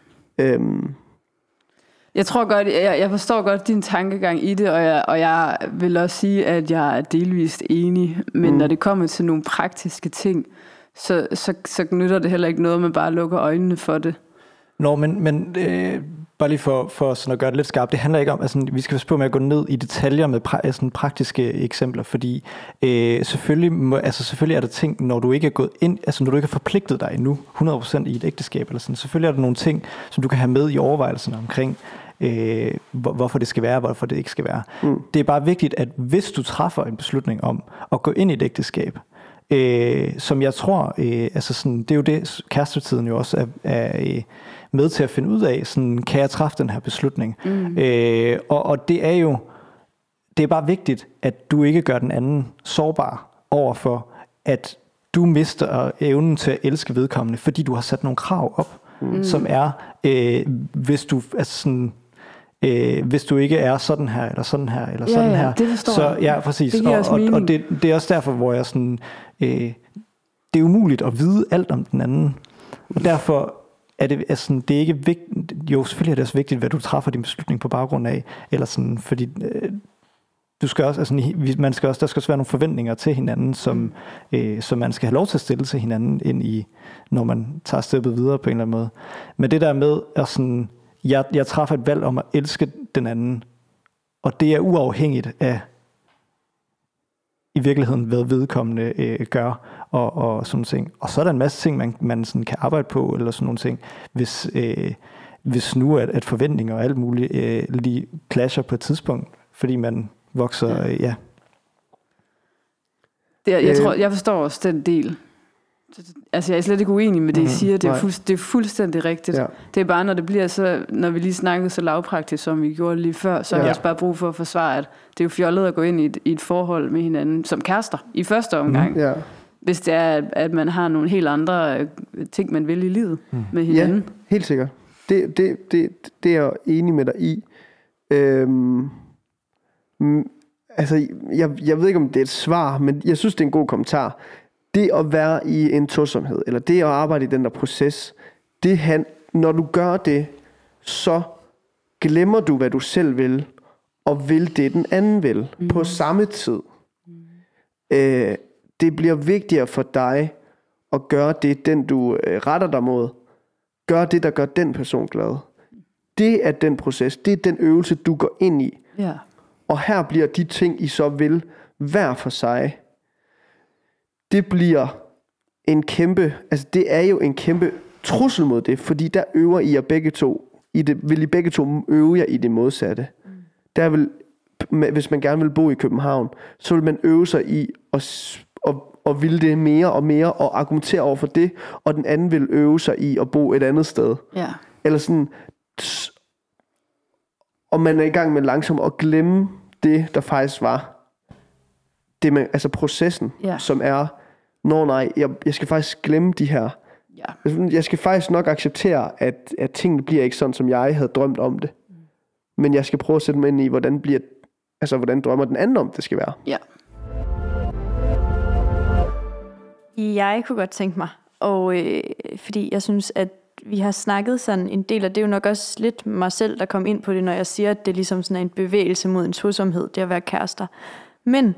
Jeg tror godt, jeg forstår godt din tankegang i det, og jeg vil også sige, at jeg er delvist enig, men når det kommer til nogle praktiske ting, så nytter det heller ikke noget, at man bare lukker øjnene for det. Nå, men bare lige for sådan at gøre det lidt skarpt, det handler ikke om, altså vi skal passe på med at gå ned i detaljer med sådan praktiske eksempler, fordi selvfølgelig er der ting, når du ikke er gået ind, altså når du ikke har forpligtet dig endnu 100% i et ægteskab eller sådan, selvfølgelig er der nogle ting, som du kan have med i overvejelserne omkring, hvorfor det skal være, hvorfor det ikke skal være. Det er bare vigtigt, at hvis du træffer en beslutning om at gå ind i et ægteskab, som jeg tror, altså sådan, det er jo det, kærestetiden jo også er med til at finde ud af, sådan, kan jeg træffe den her beslutning? Og det er bare vigtigt, at du ikke gør den anden sårbar overfor, at du mister evnen til at elske vedkommende, fordi du har sat nogle krav op, som er, hvis du altså sådan, hvis du ikke er sådan her, eller sådan her, eller sådan her. Det forstår så, ja, præcis. Det giver også mening. Og det er også derfor, hvor jeg sådan, det er umuligt at vide alt om den anden. Og derfor er det, altså, det er ikke vigtigt, jo selvfølgelig er det også vigtigt, hvad du træffer din beslutning på baggrund af, eller sådan, fordi du skal også, altså, der skal også være nogle forventninger til hinanden, som man skal have lov til at stille til hinanden ind i, når man tager steppet videre på en eller anden måde. Men det der med, at sådan, jeg træffer et valg om at elske den anden, og det er uafhængigt af i virkeligheden, hvad vedkommende gør, og sådan ting. Og så er der en masse ting, man sådan kan arbejde på, eller sådan nogle ting, hvis nu at forventninger og alt muligt lige clasher på et tidspunkt, fordi man vokser, Jeg tror, jeg forstår også den del. Altså, jeg er slet ikke uenig med det, I siger. Det er fuldstændig rigtigt. Ja. Det er bare, når det bliver så, når vi lige snakkede så lavpraktisk, som vi gjorde lige før, så har jeg også bare brug for at forsvare, at det er jo fjollet at gå ind i et forhold med hinanden som kærester i første omgang. Ja. Hvis det er, at man har nogle helt andre ting, man vil i livet med hinanden. Ja, helt sikkert. Det er jeg enig med dig i. Altså, jeg ved ikke, om det er et svar, men jeg synes, det er en god kommentar. Det at være i en tosomhed, eller det at arbejde i den der proces, når du gør det, så glemmer du, hvad du selv vil, og vil det, den anden vil, på samme tid. Det bliver vigtigere for dig at gøre det, den du retter dig mod. Gør det, der gør den person glad. Det er den proces, det er den øvelse, du går ind i. Ja. Og her bliver de ting, I så vil, hver for sig. Det bliver en kæmpe, altså det er jo en kæmpe trussel mod det, fordi der øver I jer begge to, vil I begge to øve jer i det modsatte. Der vil, hvis man gerne vil bo i København, så vil man øve sig i at ville det mere og mere, og argumentere over for det, og den anden vil øve sig i at bo et andet sted. Ja. Eller sådan, og man er i gang med langsomt at glemme det, der faktisk var det med, altså processen, som er, jeg skal faktisk glemme de her. Ja. Jeg skal faktisk nok acceptere, at tingene bliver ikke sådan, som jeg havde drømt om det. Men jeg skal prøve at sætte mig ind i, hvordan drømmer den anden om, det skal være. Ja. Jeg kunne godt tænke mig, og fordi jeg synes, at vi har snakket sådan en del, og det er jo nok også lidt mig selv, der kom ind på det, når jeg siger, at det er ligesom sådan en bevægelse mod en tosomhed, det at være kærester. Men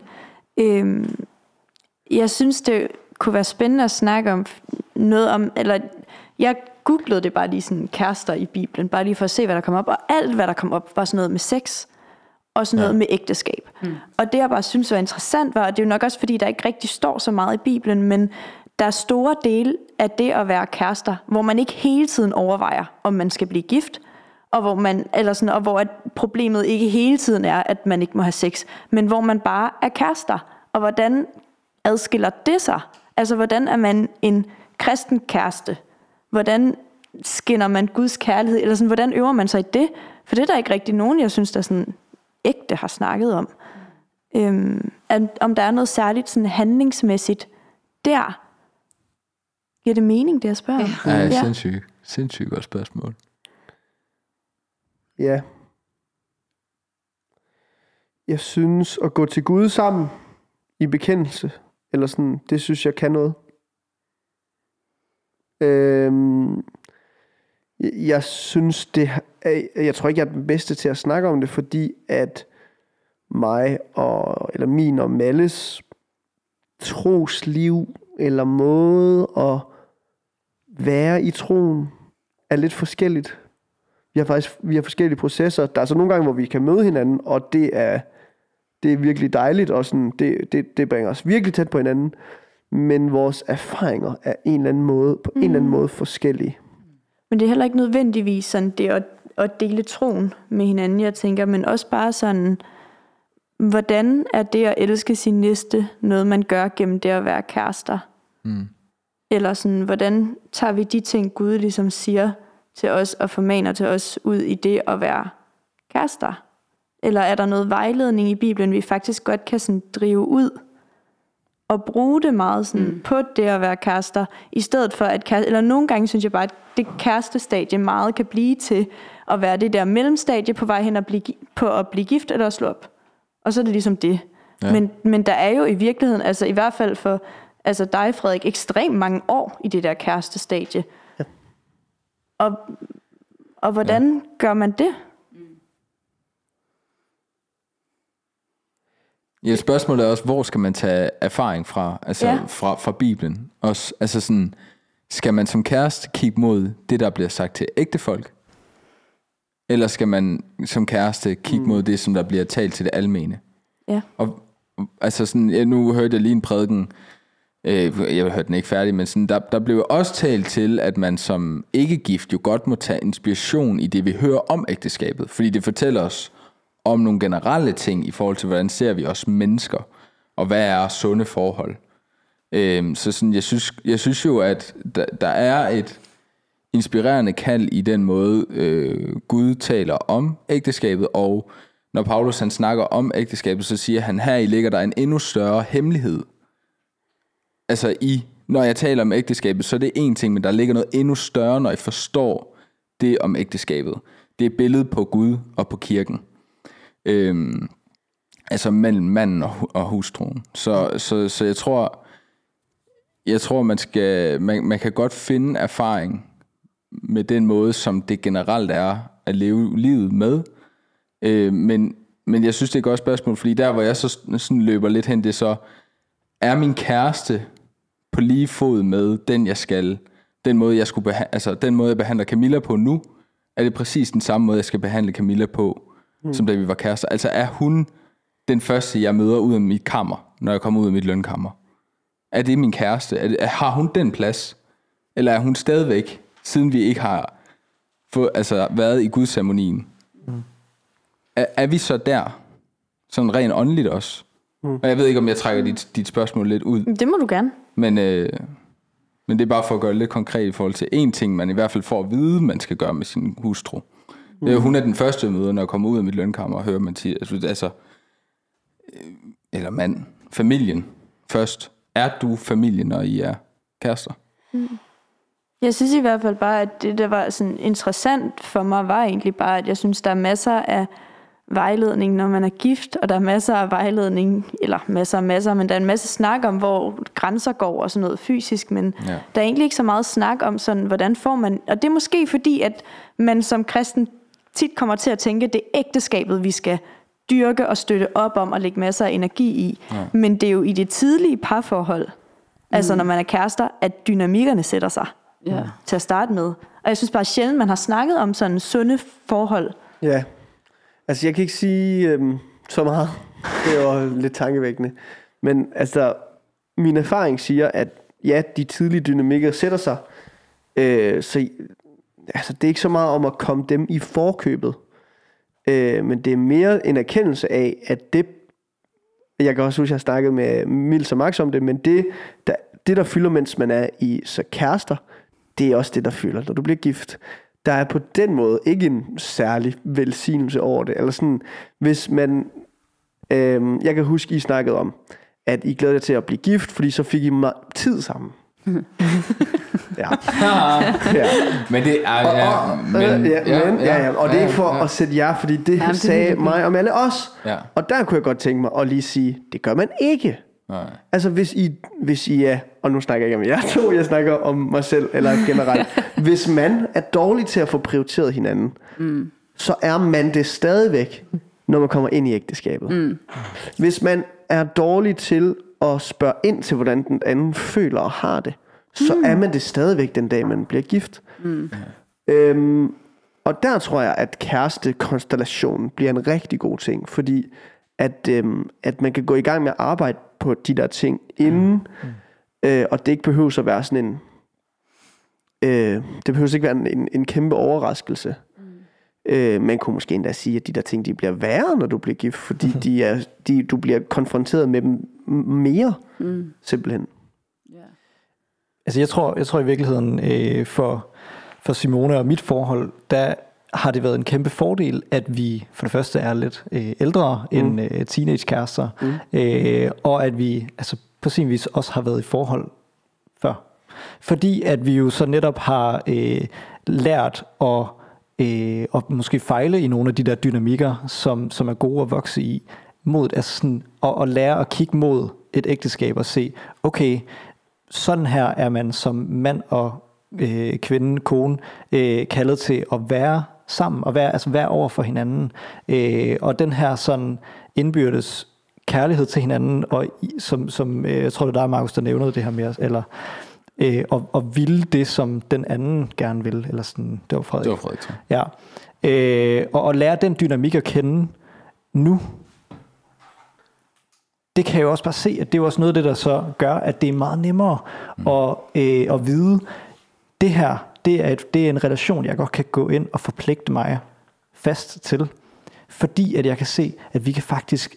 jeg synes, det kunne være spændende at snakke om noget om, eller jeg googlede det bare lige sådan kærester i Bibelen, bare lige for at se, hvad der kom op, og alt, hvad der kom op, var sådan noget med sex, og sådan noget med ægteskab. Og det, jeg bare synes var interessant, var, og det er jo nok også, fordi der ikke rigtig står så meget i Bibelen, men der er store dele af det at være kærester, hvor man ikke hele tiden overvejer, om man skal blive gift, og hvor at problemet ikke hele tiden er, at man ikke må have sex, men hvor man bare er kærester. Og hvordan adskiller det sig? Altså, hvordan er man en kristen kæreste? Hvordan skinner man Guds kærlighed? Eller sådan, hvordan øver man sig i det? For det er der ikke rigtig nogen, jeg synes, der sådan ægte har snakket om. Om der er noget særligt sådan handlingsmæssigt der. Giver det mening, det jeg spørger om? Ja, sindssygt godt spørgsmål. Ja. Jeg synes, at gå til Gud sammen i bekendelse, eller sådan, det synes jeg kan noget. Jeg synes, jeg tror ikke, jeg er den bedste til at snakke om det, fordi at min og Malles trosliv, eller måde at være i troen, er lidt forskelligt. Vi har forskellige processer. Der er så nogle gange, hvor vi kan møde hinanden, og det er virkelig dejligt, og sådan, det bringer os virkelig tæt på hinanden. Men vores erfaringer er en eller anden måde forskellige. Men det er heller ikke nødvendigvis sådan det at dele troen med hinanden, jeg tænker, men også bare sådan, hvordan er det at elske sin næste noget, man gør gennem det at være kærester? Eller sådan, hvordan tager vi de ting, Gud ligesom siger til os og formaner til os ud i det at være kærester? Eller er der noget vejledning i Bibelen, vi faktisk godt kan sådan drive ud og bruge det meget sådan på det at være kærester, i stedet for at eller nogle gange synes jeg bare, at det kærestestadie meget kan blive til at være det der mellemstadie på vej hen at blive gift eller at slå op. Og så er det ligesom det. Ja. Men der er jo i virkeligheden, altså i hvert fald for dig, Frederik, ekstremt mange år i det der kærestestadie. Ja. Og hvordan gør man det? Ja, spørgsmålet er også, hvor skal man tage erfaring fra, fra Bibelen? Også, altså sådan, skal man som kæreste kigge mod det, der bliver sagt til ægtefolk? Eller skal man som kæreste kigge mod det, som der bliver talt til det almene? Ja. Og altså sådan, nu hørte jeg lige en prædiken, jeg hørte den ikke færdig, men sådan, der blev også talt til, at man som ikke-gift jo godt må tage inspiration i det, vi hører om ægteskabet. Fordi det fortæller os om nogle generelle ting i forhold til, hvordan ser vi os mennesker, og hvad er sunde forhold. Så sådan, jeg synes jo, at der er et inspirerende kald i den måde, Gud taler om ægteskabet, og når Paulus han snakker om ægteskabet, så siger han, her i ligger der en endnu større hemmelighed. Altså når jeg taler om ægteskabet, så er det en ting, men der ligger noget endnu større, når jeg forstår det om ægteskabet. Det er billedet på Gud og på kirken. Altså mellem manden og hustruen. Så jeg tror man kan godt finde erfaring med den måde, som det generelt er at leve livet med. Men jeg synes, det er et godt spørgsmål, fordi der, hvor jeg så sådan løber lidt hen, det er så, er min kæreste på lige fod med den måde, jeg behandler Camilla på nu, er det præcis den samme måde, jeg skal behandle Camilla på, som da vi var kærester. Altså er hun den første, jeg møder ud af mit kammer, når jeg kommer ud af mit lønkammer? Er det min kæreste? Har hun den plads? Eller er hun stadigvæk, siden vi ikke har været i gudsceremonien? Er vi så der? Sådan rent åndeligt også? Og jeg ved ikke, om jeg trækker dit spørgsmål lidt ud. Det må du gerne. Men det er bare for at gøre det lidt konkret i forhold til en ting, man i hvert fald får at vide, man skal gøre med sin hustru. Hun er den første møde, når jeg kommer ud af mit lønkammer og hører, man siger, eller mand, familien først. Er du familien, når I er kærester? Jeg synes i hvert fald bare, at det, der var sådan interessant for mig, var egentlig bare, at jeg synes, der er masser af vejledning, når man er gift, og der er masser af vejledning, eller masser, men der er en masse snak om, hvor grænser går og sådan noget fysisk, men der er egentlig ikke så meget snak om sådan, hvordan får man, og det er måske fordi, at man som kristen tit kommer til at tænke, at det er ægteskabet, vi skal dyrke og støtte op om og lægge masser af energi i, men det er jo i det tidlige parforhold, altså når man er kærester, at dynamikkerne sætter sig til at starte med, og jeg synes bare sjældent, man har snakket om sådan sunde forhold. Ja. Altså, jeg kan ikke sige så meget. Det er jo lidt tankevækkende. Men altså, min erfaring siger, at ja, de tidlige dynamikker sætter sig. Så altså, det er ikke så meget om at komme dem i forkøbet. Men det er mere en erkendelse af, at det... Jeg kan også huske, at jeg har snakket med Mils og Max om det, men det, der fylder, mens man er i så kærester, det er også det, der fylder, når du bliver gift. Der er på den måde ikke en særlig velsignelse over det. Eller sådan, hvis man... jeg kan huske, I snakkede om, at I glæder jer til at blive gift, fordi så fik I tid sammen. Ja. Men det er... Og det er ikke for at sætte jer, fordi det sagde mig om alle os. Ja. Og der kunne jeg godt tænke mig at lige sige, det gør man ikke. Nej. Altså hvis I er, og nu snakker jeg ikke om jer to, jeg snakker om mig selv, eller generelt. Hvis man er dårlig til at få prioriteret hinanden, så er man det stadigvæk, når man kommer ind i ægteskabet. Hvis man er dårlig til at spørge ind til, hvordan den anden føler og har det, så er man det stadigvæk den dag, man bliver gift. Og der tror jeg, at kærestekonstellationen bliver en rigtig god ting, fordi at man kan gå i gang med at arbejde på de der ting inden, og det ikke behøver at være sådan en det behøver ikke være en kæmpe overraskelse. Man kunne måske endda sige, at de der ting, de bliver værre, når du bliver gift, fordi du bliver konfronteret med dem mere, simpelthen. Altså jeg tror i virkeligheden for Simone og mit forhold, der har det været en kæmpe fordel, at vi for det første er lidt ældre end teenagekærester, og at vi altså på sin vis også har været i forhold før. Fordi at vi jo så netop har lært at måske fejle i nogle af de der dynamikker, som er gode at vokse i, mod altså sådan, og lære at kigge mod et ægteskab og se, okay, sådan her er man som mand og kvinde, kone, kaldet til at være sammen og være over for hinanden. Og den her sådan indbyrdes kærlighed til hinanden, og som jeg tror det er dig, Markus, der nævnede det her med os, eller og ville det, som den anden gerne vil, eller sådan, det var Frederik. Ja. Og lære den dynamik at kende nu. Det kan jeg jo også bare se, at det er også noget af det, der så gør, at det er meget nemmere at vide, det her, det er en relation, jeg godt kan gå ind og forpligte mig fast til. fordi at jeg kan se, at vi kan faktisk,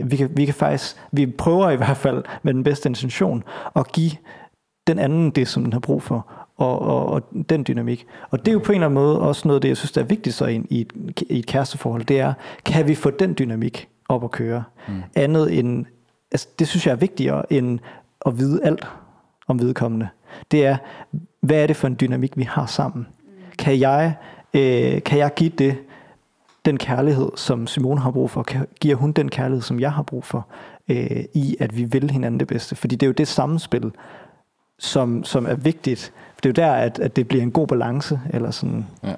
vi prøver i hvert fald med den bedste intention at give den anden det, som den har brug for, og den dynamik. Og det er jo på en eller anden måde også noget af det, jeg synes, der er vigtigt så i et kæresteforhold, det er, kan vi få den dynamik op at køre? Andet end, altså det synes jeg er vigtigere end at vide alt om vedkommende. Det er, hvad er det for en dynamik, vi har sammen? Kan jeg give det, den kærlighed, som Simone har brug for? Giver hun den kærlighed, som jeg har brug for? I at vi vil hinanden det bedste. Fordi det er jo det samspil, som er vigtigt. For det er jo der, at det bliver en god balance. Eller sådan. Ja.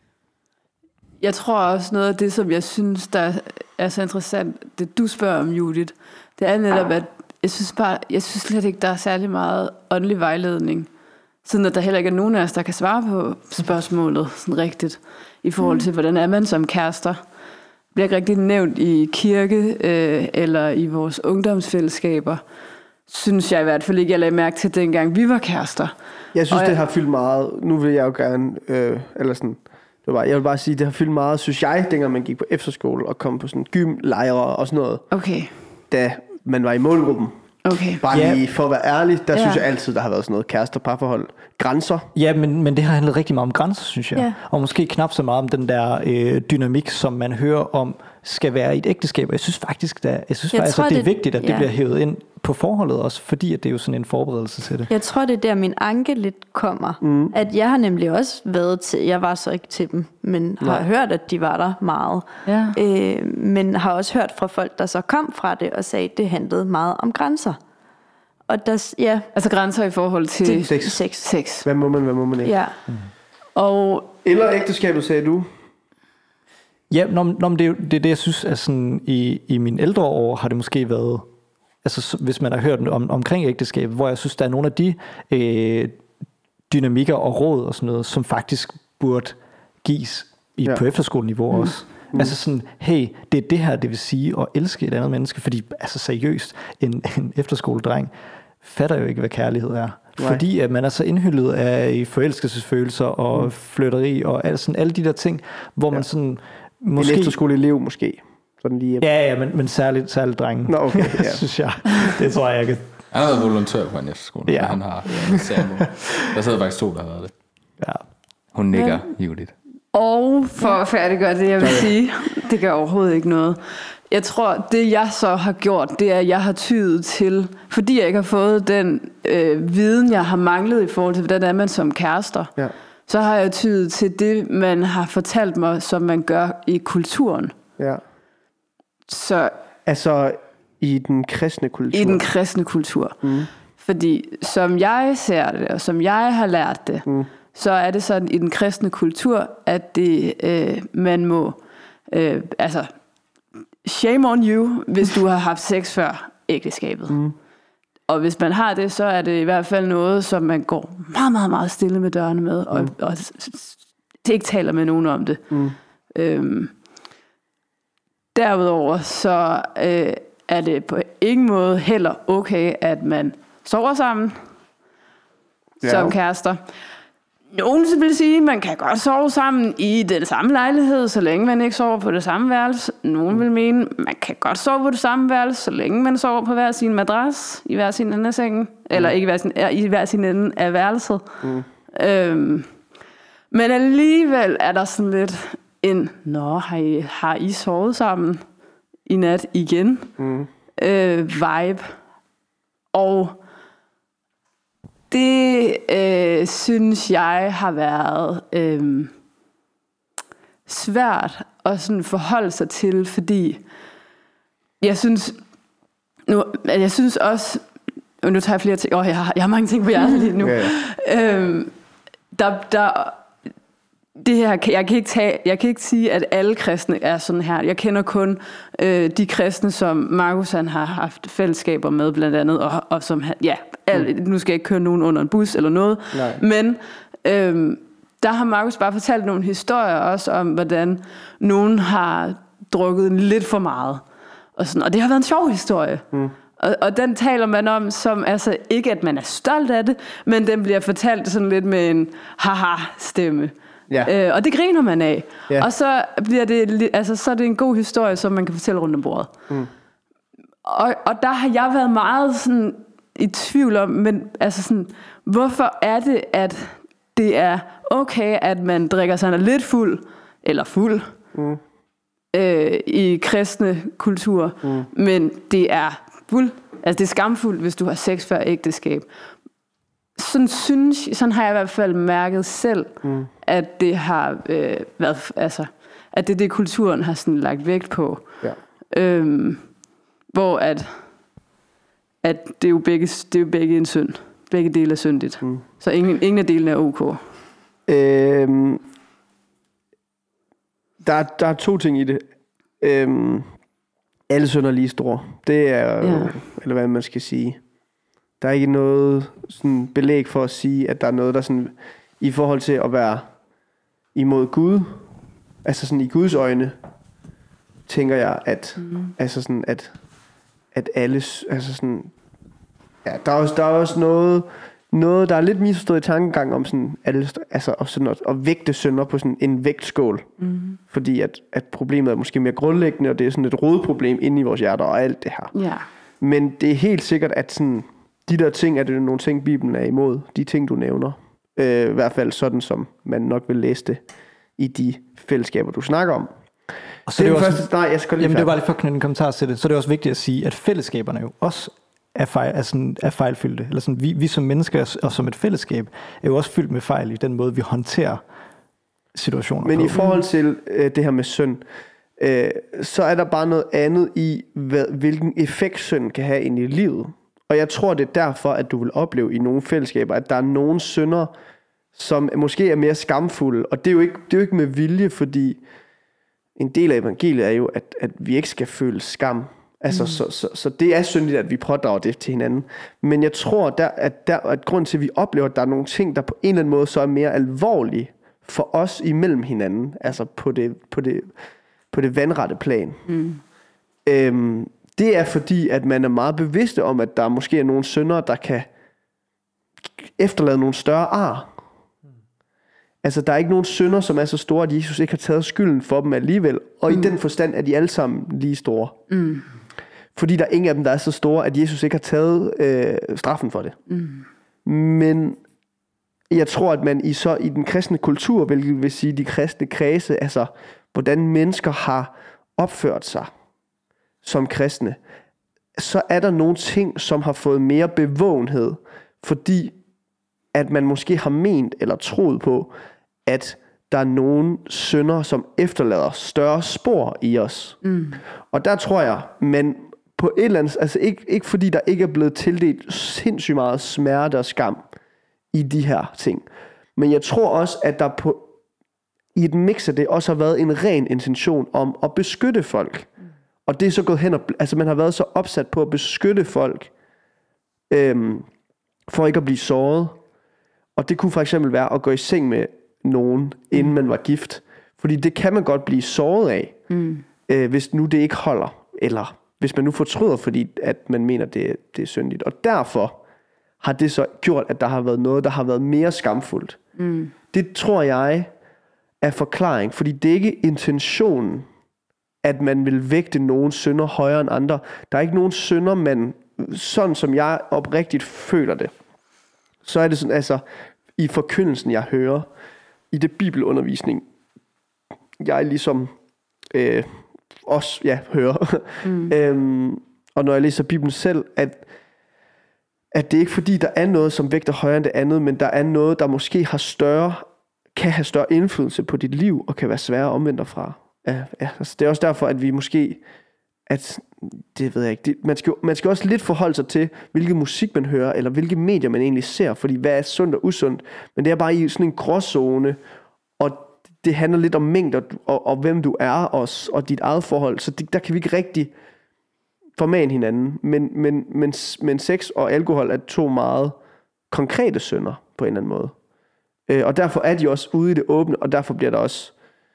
Jeg tror også noget af det, som jeg synes, der er så interessant, det du spørger om, Judith, det er netop, at jeg synes slet ikke, der er særlig meget åndelig vejledning. Sådan at der heller ikke er nogen af os, der kan svare på spørgsmålet sådan rigtigt, i forhold til, hvordan er man som kærester. Det bliver ikke rigtig nævnt i kirke eller i vores ungdomsfællesskaber. Synes jeg i hvert fald ikke, jeg lagde mærke til, dengang vi var kærester. Jeg synes, det har fyldt meget. Nu vil jeg jo gerne, jeg vil bare sige, det har fyldt meget, synes jeg, dengang man gik på efterskole og kom på sådan gymlejre og sådan noget. Okay. Da man var i målgruppen. Okay. Bare lige for at være ærlig, der synes jeg altid, der har været sådan noget kærester, parforhold, grænser. Ja, men det har handlet rigtig meget om grænser, synes jeg. Og måske knap så meget om den der dynamik, som man hører om, skal være i et ægteskab. Og jeg synes faktisk, at det er vigtigt, at det bliver hævet ind på forholdet også, fordi at det er jo sådan en forberedelse til det. Jeg tror, det er der, min anke lidt kommer. At jeg har nemlig også været til, jeg var så ikke til dem, men har hørt, at de var der meget. Ja. Men har også hørt fra folk, der så kom fra det og sagde, at det handlede meget om grænser. Og der, altså grænser i forhold til sex. Hvad må man ikke? Ja. Og eller ægteskabet, sagde du? Ja, det er det, jeg synes, at sådan, i mine ældre år har det måske været, altså hvis man har hørt omkring ægteskab, hvor jeg synes, der er nogle af de dynamikker og råd og sådan noget, som faktisk burde gives på efterskoleniveau også. Altså sådan, hey, det er det her, det vil sige at elske et andet menneske, fordi altså seriøst, en efterskoledreng fatter jo ikke, hvad kærlighed er. Nej. Fordi at man er så indhyldet af forelskelsesfølelser og flytteri og alle de der ting, hvor man sådan måske... En efterskoleelev måske. Sådan lige... Ja, men særligt drenge. Nå, okay, ja. Synes jeg. Det tror jeg ikke. Han har været volontør på en efterskole. Ja. Han har der sad faktisk 2, der havde det. Ja. Hun nikker, Judith. Og for at færdiggøre det, jeg vil sige, det gør overhovedet ikke noget. Jeg tror, det jeg så har gjort, det er, at jeg har tydet til, fordi jeg ikke har fået den viden, jeg har manglet i forhold til, hvordan er man som kærester, så har jeg tydet til det, man har fortalt mig, som man gør i kulturen. Ja. Så, altså i den kristne kultur? I den kristne kultur. Fordi som jeg ser det, og som jeg har lært det, så er det sådan i den kristne kultur, at det, man må, altså, shame on you, hvis du har haft sex før ægteskabet. Og hvis man har det, så er det i hvert fald noget, som man går meget, meget, meget stille med dørene med, og det ikke taler med nogen om det. Derudover så er det på ingen måde heller okay, at man sover sammen som kærester. Nogen vil sige, at man kan godt sove sammen i den samme lejlighed, så længe man ikke sover på det samme værelse. Nogen vil mene, at man kan godt sove på det samme værelse, så længe man sover på hver sin madras, i hver sin ende af sengen. Eller ikke i hver sin ende af værelset. Men alligevel er der sådan lidt en, har I sovet sammen i nat igen? Vibe. Og det synes jeg har været svært at sådan forholde sig til, fordi jeg synes også, og nu tager jeg flere ting, jeg har mange ting på hjertet lige nu. Det her, jeg kan ikke sige, at alle kristne er sådan her. Jeg kender kun de kristne, som Markus han har haft fællesskaber med, blandt andet, og som nu skal jeg ikke køre nogen under en bus eller noget, men der har Markus bare fortalt nogle historier også om, hvordan nogen har drukket lidt for meget, og det har været en sjov historie. Og den taler man om som, altså ikke at man er stolt af det, men den bliver fortalt sådan lidt med en haha-stemme. Ja. Og det griner man af. Ja. Og så bliver det, altså, så er det en god historie, som man kan fortælle rundt om bordet. Og der har jeg været meget sådan i tvivl om, men altså sådan, hvorfor er det, at det er okay, at man drikker sig lidt fuld, eller fuld, i kristne kultur, men det er altså det er skamfuldt, hvis du har sex før ægteskab. Sådan har jeg i hvert fald mærket selv, at det har været, altså, at det kulturen har sådan lagt vægt på. Ja. Hvor at det er jo begge en synd. Begge dele er syndigt. Så ingen af delene er ok. Der er 2 ting i det. Alle synder er lige store. Det er eller hvad man skal sige. Der er ikke noget sådan belæg for at sige, at der er noget, der sådan, i forhold til at være imod Gud, altså sådan i Guds øjne, tænker jeg, at altså sådan, at alle, altså sådan, ja, der er også noget, der er lidt misforstået i tankegang om sådan, altså og sådan at vægte synder på sådan en vægtskål. Fordi at problemet er måske mere grundlæggende, og det er sådan et rodproblem inde i vores hjerter og alt det her. Ja. Men det er helt sikkert, at sådan, de der ting, er det nogle ting, Bibelen er imod. De ting, du nævner. I hvert fald sådan, som man nok vil læse det i de fællesskaber, du snakker om. Og så det er også, første, nej, jeg skal lige jamen, det var lige for at knytte en kommentar til det. Så er det også vigtigt at sige, at fællesskaberne jo også er fejlfyldte. Eller sådan, vi som mennesker og som et fællesskab er jo også fyldt med fejl i den måde, vi håndterer situationer Men på. i forhold til det her med synd, så er der bare noget andet i, hvilken effekt synd kan have ind i livet. Og jeg tror, det er derfor, at du vil opleve i nogle fællesskaber, at der er nogle synder, som måske er mere skamfulde. Og det er jo ikke med vilje, fordi en del af evangeliet er jo, at vi ikke skal føle skam. Altså, så det er syndigt, at vi pådrager det til hinanden. Men jeg tror, at grund til, at vi oplever, at der er nogle ting, der på en eller anden måde så er mere alvorlige for os imellem hinanden. Altså på det vandrette plan. Det er fordi, at man er meget bevidst om, at der måske er nogle syndere, der kan efterlade nogle større ar. Altså, der er ikke nogen synder, som er så store, at Jesus ikke har taget skylden for dem alligevel. Og i den forstand er de alle sammen lige store. Fordi der er ingen af dem, der er så store, at Jesus ikke har taget straffen for det. Men jeg tror, at man i den kristne kultur, hvilket vil sige de kristne kredse, altså hvordan mennesker har opført sig som kristne, så er der nogle ting, som har fået mere bevågenhed, fordi at man måske har ment eller troet på, at der er nogle synder, som efterlader større spor i os. Og der tror jeg, man på et eller andet, altså ikke fordi der ikke er blevet tildelt sindssygt meget smerte og skam i de her ting, men jeg tror også, at der i et mix af det også har været en ren intention om at beskytte folk. Og det er så gået hen altså man har været så opsat på at beskytte folk, for ikke at blive såret. Og det kunne for eksempel være at gå i seng med nogen, inden man var gift. Fordi det kan man godt blive såret af, hvis nu det ikke holder. Eller hvis man nu fortryder, fordi at man mener, det er syndigt. Og derfor har det så gjort, at der har været noget, der har været mere skamfuldt. Det tror jeg er forklaring. Fordi det er ikke intentionen, at man vil vægte nogen synder højere end andre. Der er ikke nogen synder, man, sådan som jeg oprigtigt føler det, så er det sådan, altså i forkyndelsen, jeg hører, i det bibelundervisning, jeg ligesom også hører, og når jeg læser Bibelen selv, at det ikke fordi, der er noget, som vægter højere end det andet, men der er noget, der måske kan have større indflydelse på dit liv, og kan være sværere at omvende fra. Altså, det er også derfor, at vi måske, at det ved jeg ikke, man skal også lidt forholde sig til, hvilken musik man hører, eller hvilke medier man egentlig ser, fordi hvad er sundt og usundt, men det er bare i sådan en gråzone, og det handler lidt om mængder, og hvem du er også, og dit eget forhold, så der kan vi ikke rigtig formane hinanden, men sex og alkohol er 2 meget konkrete synder, på en eller anden måde. Og derfor er de også ude i det åbne, og derfor bliver der også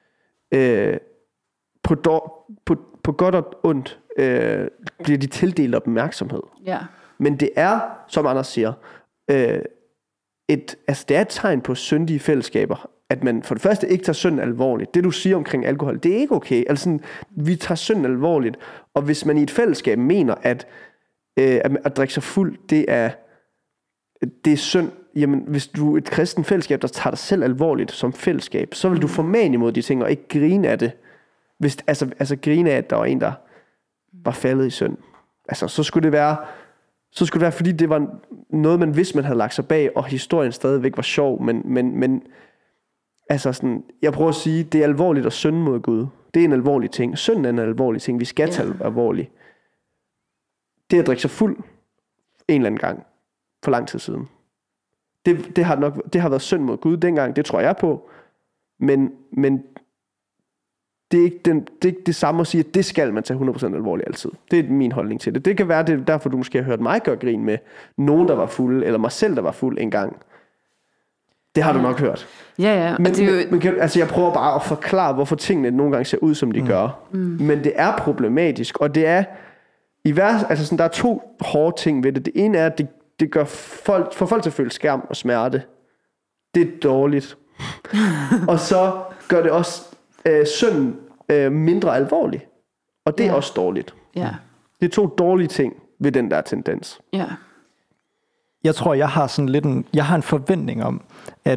på godt og ondt bliver de tildelt opmærksomhed. Ja. Men det er, som Anders siger, det er et tegn på syndige fællesskaber, at man for det første ikke tager synden alvorligt. Det du siger omkring alkohol, det er ikke okay. Altså, vi tager synden alvorligt, og hvis man i et fællesskab mener, at drikke sig fuld, det er synd, jamen hvis du er et kristen fællesskab, der tager dig selv alvorligt som fællesskab, så vil du formane imod de ting, og ikke grine af det. Hvis, altså grine af, at der var en, der var faldet i synd. Altså, så skulle det være, fordi det var noget, man vidste, man havde lagt sig bag, og historien stadigvæk var sjov, men altså sådan, jeg prøver at sige, det er alvorligt at synde mod Gud. Det er en alvorlig ting. Synden er en alvorlig ting. Vi skal tage alvorligt. Det at drikke sig fuld en eller anden gang, for lang tid siden, det har været synd mod Gud dengang, det tror jeg på, men det er ikke det samme at sige, at det skal man tage 100% alvorligt altid. Det er min holdning til det. Det kan være, det er derfor, du måske har hørt mig gøre grin med nogen, der var fulde, eller mig selv, der var fuld engang. Det har du nok hørt. Ja. Men jeg prøver bare at forklare, hvorfor tingene nogle gange ser ud, som de gør. Men det er problematisk, og det er der er 2 hårde ting ved det. Det ene er, at det gør får folk til at føle skam og smerte. Det er dårligt. Og så gør det også synden mindre alvorlig. Og det er også dårligt. Ja. Det er 2 dårlige ting ved den der tendens. Ja. Jeg tror, jeg har sådan lidt jeg har en forventning om, at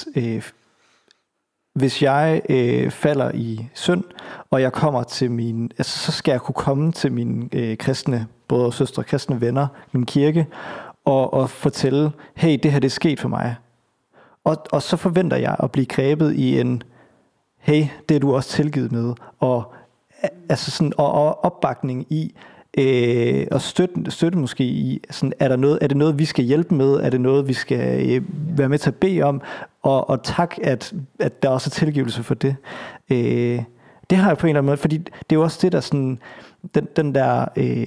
hvis jeg falder i synd, og jeg kommer til så skal jeg kunne komme til mine kristne brødre og søstre, kristne venner, min kirke, og fortælle, hey, det her det er sket for mig. Og så forventer jeg at blive grebet i en, hey, det er du også tilgivet med, og altså sådan, og opbakning i, og støtte måske i, sådan, er det noget, vi skal hjælpe med? Er det noget, vi skal være med til at bede om? Og tak, at der også er tilgivelse for det. Det har jeg på en eller anden måde, fordi det er jo også det, der sådan, den der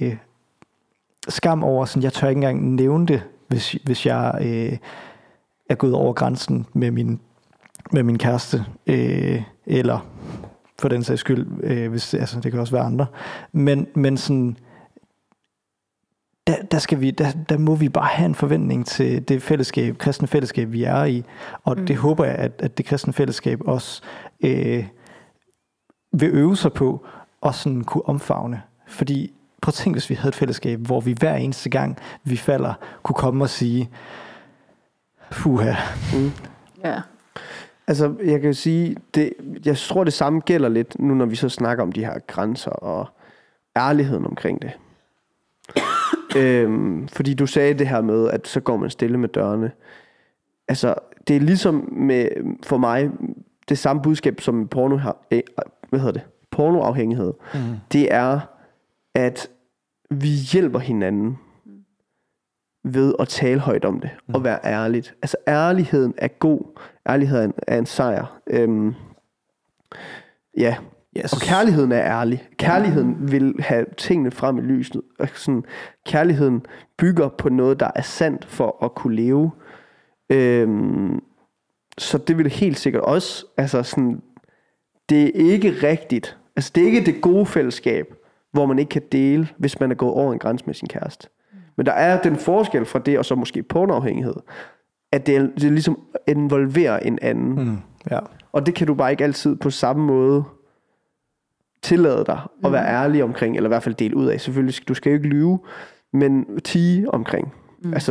skam over, sådan, jeg tør ikke engang nævne det, hvis jeg er gået over grænsen med min kæreste, eller for den sags skyld, hvis, altså, det kan også være andre. Men sådan, der må vi bare have en forventning til det fællesskab, kristne fællesskab, vi er i. Og det håber jeg, at det kristne fællesskab også vil øve sig på, og sådan kunne omfavne. Fordi prøv at tænke, hvis vi havde et fællesskab, hvor vi hver eneste gang, vi falder, kunne komme og sige, fuha. Ja. Altså, jeg kan sige, jeg tror, det samme gælder lidt nu, når vi så snakker om de her grænser og ærligheden omkring det. Fordi du sagde det her med, at så går man stille med dørene. Altså, det er ligesom for mig det samme budskab som pornoafhængighed. Det er, at vi hjælper hinanden ved at tale højt om det og være ærligt. Altså, ærligheden er god. Ærligheden er en sejr. Og kærligheden er ærlig. Kærligheden vil have tingene frem i lyset. Sådan, kærligheden bygger på noget, der er sandt for at kunne leve. Så det vil helt sikkert også, altså sådan, det er ikke rigtigt. Altså, det er ikke det gode fællesskab, hvor man ikke kan dele, hvis man er gået over en grænse med sin kæreste. Men der er den forskel fra det, og så måske pornoafhængighed, at det ligesom involverer en anden. Ja. Og det kan du bare ikke altid på samme måde tillade dig at være ærlig omkring, eller i hvert fald dele ud af. Selvfølgelig, du skal jo ikke lyve, men tie omkring. Altså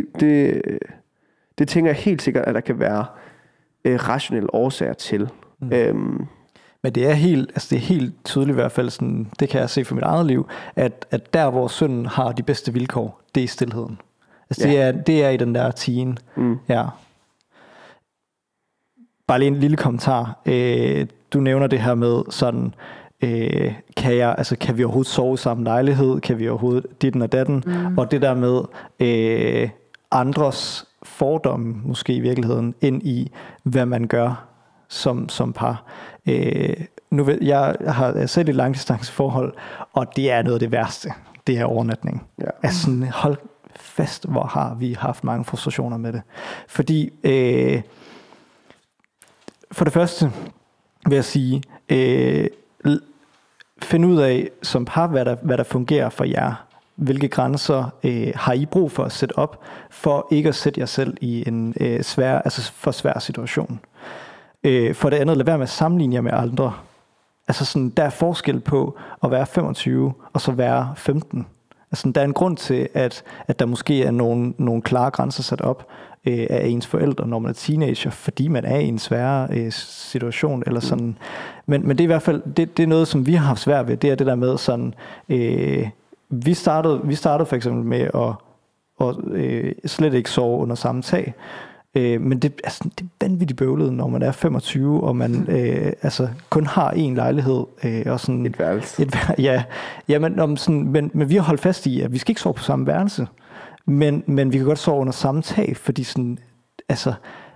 det tænker jeg helt sikkert, at der kan være rationelle årsager til. Men det er helt tydeligt i hvert fald, sådan, det kan jeg se for mit eget liv, at der hvor synden har de bedste vilkår, det er stilheden. Altså det er i den der tien. Ja. Bare lige en lille kommentar. Du nævner det her med sådan, kan vi overhovedet sove i samme lejlighed? Kan vi overhovedet ditten og datten? Og det der med andres fordomme, måske i virkeligheden, ind i, hvad man gør som par. Jeg har selv et langdistanceforhold, og det er noget af det værste. Det er overnatning. Ja. Altså sådan, hold fast, hvor har vi haft mange frustrationer med det. Fordi for det første vil jeg sige, find ud af som par, hvad der fungerer for jer. Hvilke grænser har I brug for at sætte op, for ikke at sætte jer selv i en svær situation. For det andet, lad være med at sammenligne jer med andre. Altså sådan, der er forskel på at være 25 og så være 15. Altså, der er en grund til, at der måske er nogle klare grænser sat op af ens forældre, når man er teenager, fordi man er i en sværere situation eller sådan. Men det er i hvert fald det er noget, som vi har haft svært ved. Det er det der med sådan. Vi startede for eksempel med at slet ikke sove under samme tag. Men det er vanvittigt bøvlet, når man er 25, og man kun har én lejlighed. Og sådan, et værelse. Men vi har holdt fast i, at vi skal ikke sove på samme værelse. Men vi kan godt sove under samme tag, fordi sådan, altså,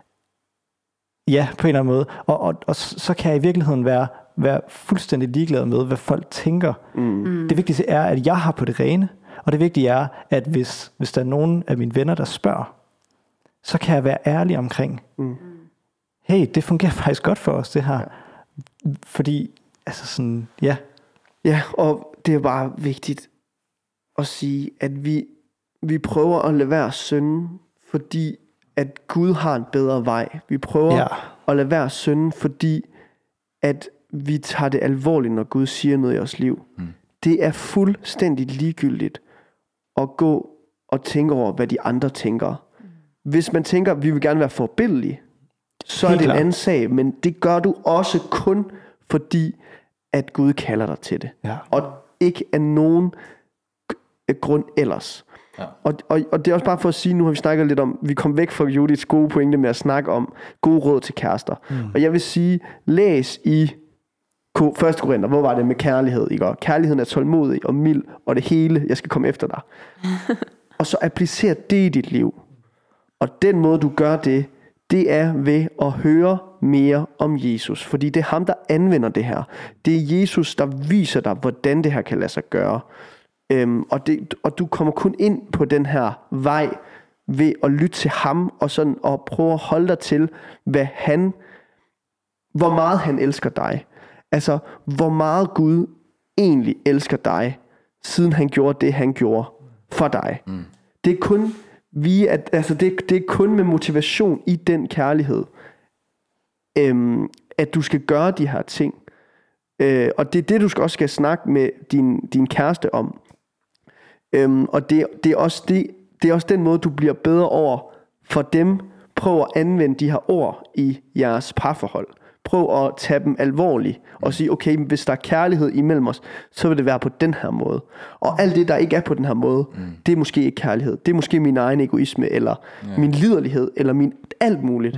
ja, på en eller anden måde. Og så kan jeg i virkeligheden være fuldstændig ligeglad med, hvad folk tænker. Det vigtigste er, at jeg har på det rene, og det vigtige er, at hvis der er nogen af mine venner, der spørger, så kan jeg være ærlig omkring, hey, det fungerer faktisk godt for os, det her. Ja. Fordi, altså sådan, ja. Ja, og det er bare vigtigt at sige, at vi prøver at lade være synde, fordi at Gud har en bedre vej. Vi prøver at lade være synde, fordi at vi tager det alvorligt, når Gud siger noget i vores liv. Det er fuldstændig ligegyldigt at gå og tænke over, hvad de andre tænker. Hvis man tænker, at vi vil gerne være forbilledlige, så er det en anden sag, men det gør du også kun fordi, at Gud kalder dig til det. Ja. Og ikke af nogen grund ellers. Ja. Og det er også bare for at sige, nu har vi snakket lidt om, vi kom væk fra Judiths gode pointe med at snakke om gode råd til kærester. Og jeg vil sige, læs i 1. Korinther, hvor var det med kærlighed, ikke? Kærligheden er tålmodig og mild, og det hele, jeg skal komme efter dig. Og så applicer det i dit liv. Og den måde, du gør det, det er ved at høre mere om Jesus. Fordi det er ham, der anvender det her. Det er Jesus, der viser dig, hvordan det her kan lade sig gøre. Og du kommer kun ind på den her vej ved at lytte til ham og prøve at holde dig til, hvor meget han elsker dig. Altså, hvor meget Gud egentlig elsker dig, siden han gjorde det, han gjorde for dig. Det er kun det er kun med motivation i den kærlighed, at du skal gøre de her ting. Og det er det, du også skal snakke med din kæreste om. Og det er også den måde, du bliver bedre over for dem. Prøv at anvende de her ord i jeres parforhold. Prøv at tage dem alvorligt og sige, okay, hvis der er kærlighed imellem os, så vil det være på den her måde. Og alt det, der ikke er på den her måde, det er måske ikke kærlighed. Det er måske min egen egoisme, eller min liderlighed, eller min alt muligt.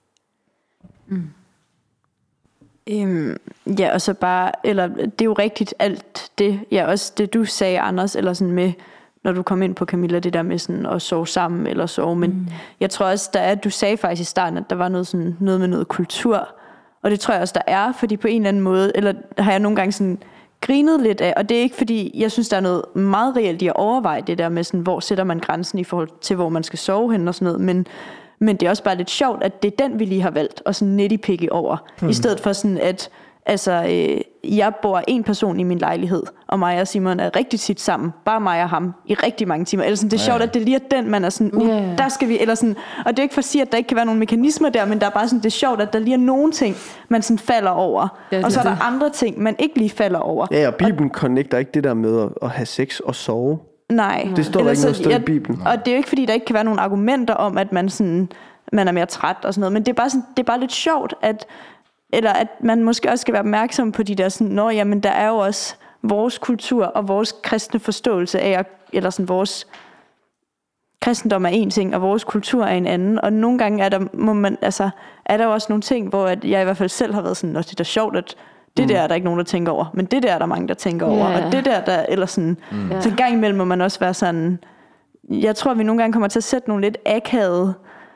Ja, og så bare, eller det er jo rigtigt alt det, også det du sagde, Anders, eller sådan med, når du kom ind på Camilla, det der med sådan at sove sammen eller sove, men jeg tror også, du sagde faktisk i starten, at der var noget med noget kultur, og det tror jeg også, der er, fordi på en eller anden måde, eller har jeg nogle gange sådan grinet lidt af, og det er ikke fordi, jeg synes, der er noget meget reelt i at overveje det der med sådan, hvor sætter man grænsen i forhold til, hvor man skal sove hen og sådan noget, men det er også bare lidt sjovt, at det er den, vi lige har valgt, og sådan nitty-picky over, i stedet for sådan, at jeg bor en person i min lejlighed, og mig og Simon er rigtig tit sammen, bare mig og ham, i rigtig mange timer. Eller sådan, det er sjovt, at det lige er den, man er sådan, der skal vi, eller sådan, og det er ikke for at sige, at der ikke kan være nogen mekanismer der, men der er bare sådan, det er sjovt, at der lige er nogle ting, man sådan falder over, og så er der andre ting, man ikke lige falder over. Ja, og Bibelen connecter ikke det der med at have sex og sove. Nej. Det står der ikke noget sted i Bibelen. Og det er jo ikke fordi, der ikke kan være nogle argumenter om, at man er mere træt og sådan noget, men det er bare lidt sjovt, at man måske også skal være opmærksom på de der sådan, jamen der er jo også vores kultur og vores kristne forståelse af, eller sådan vores kristendom er en ting, og vores kultur er en anden, og nogle gange er der jo også nogle ting, hvor at jeg i hvert fald selv har været sådan, det er da sjovt, at det der er der ikke nogen, der tænker over, men det der er der mange, der tænker over, og det der eller sådan, så en gang imellem må man også være sådan, jeg tror, vi nogle gange kommer til at sætte nogle lidt akavede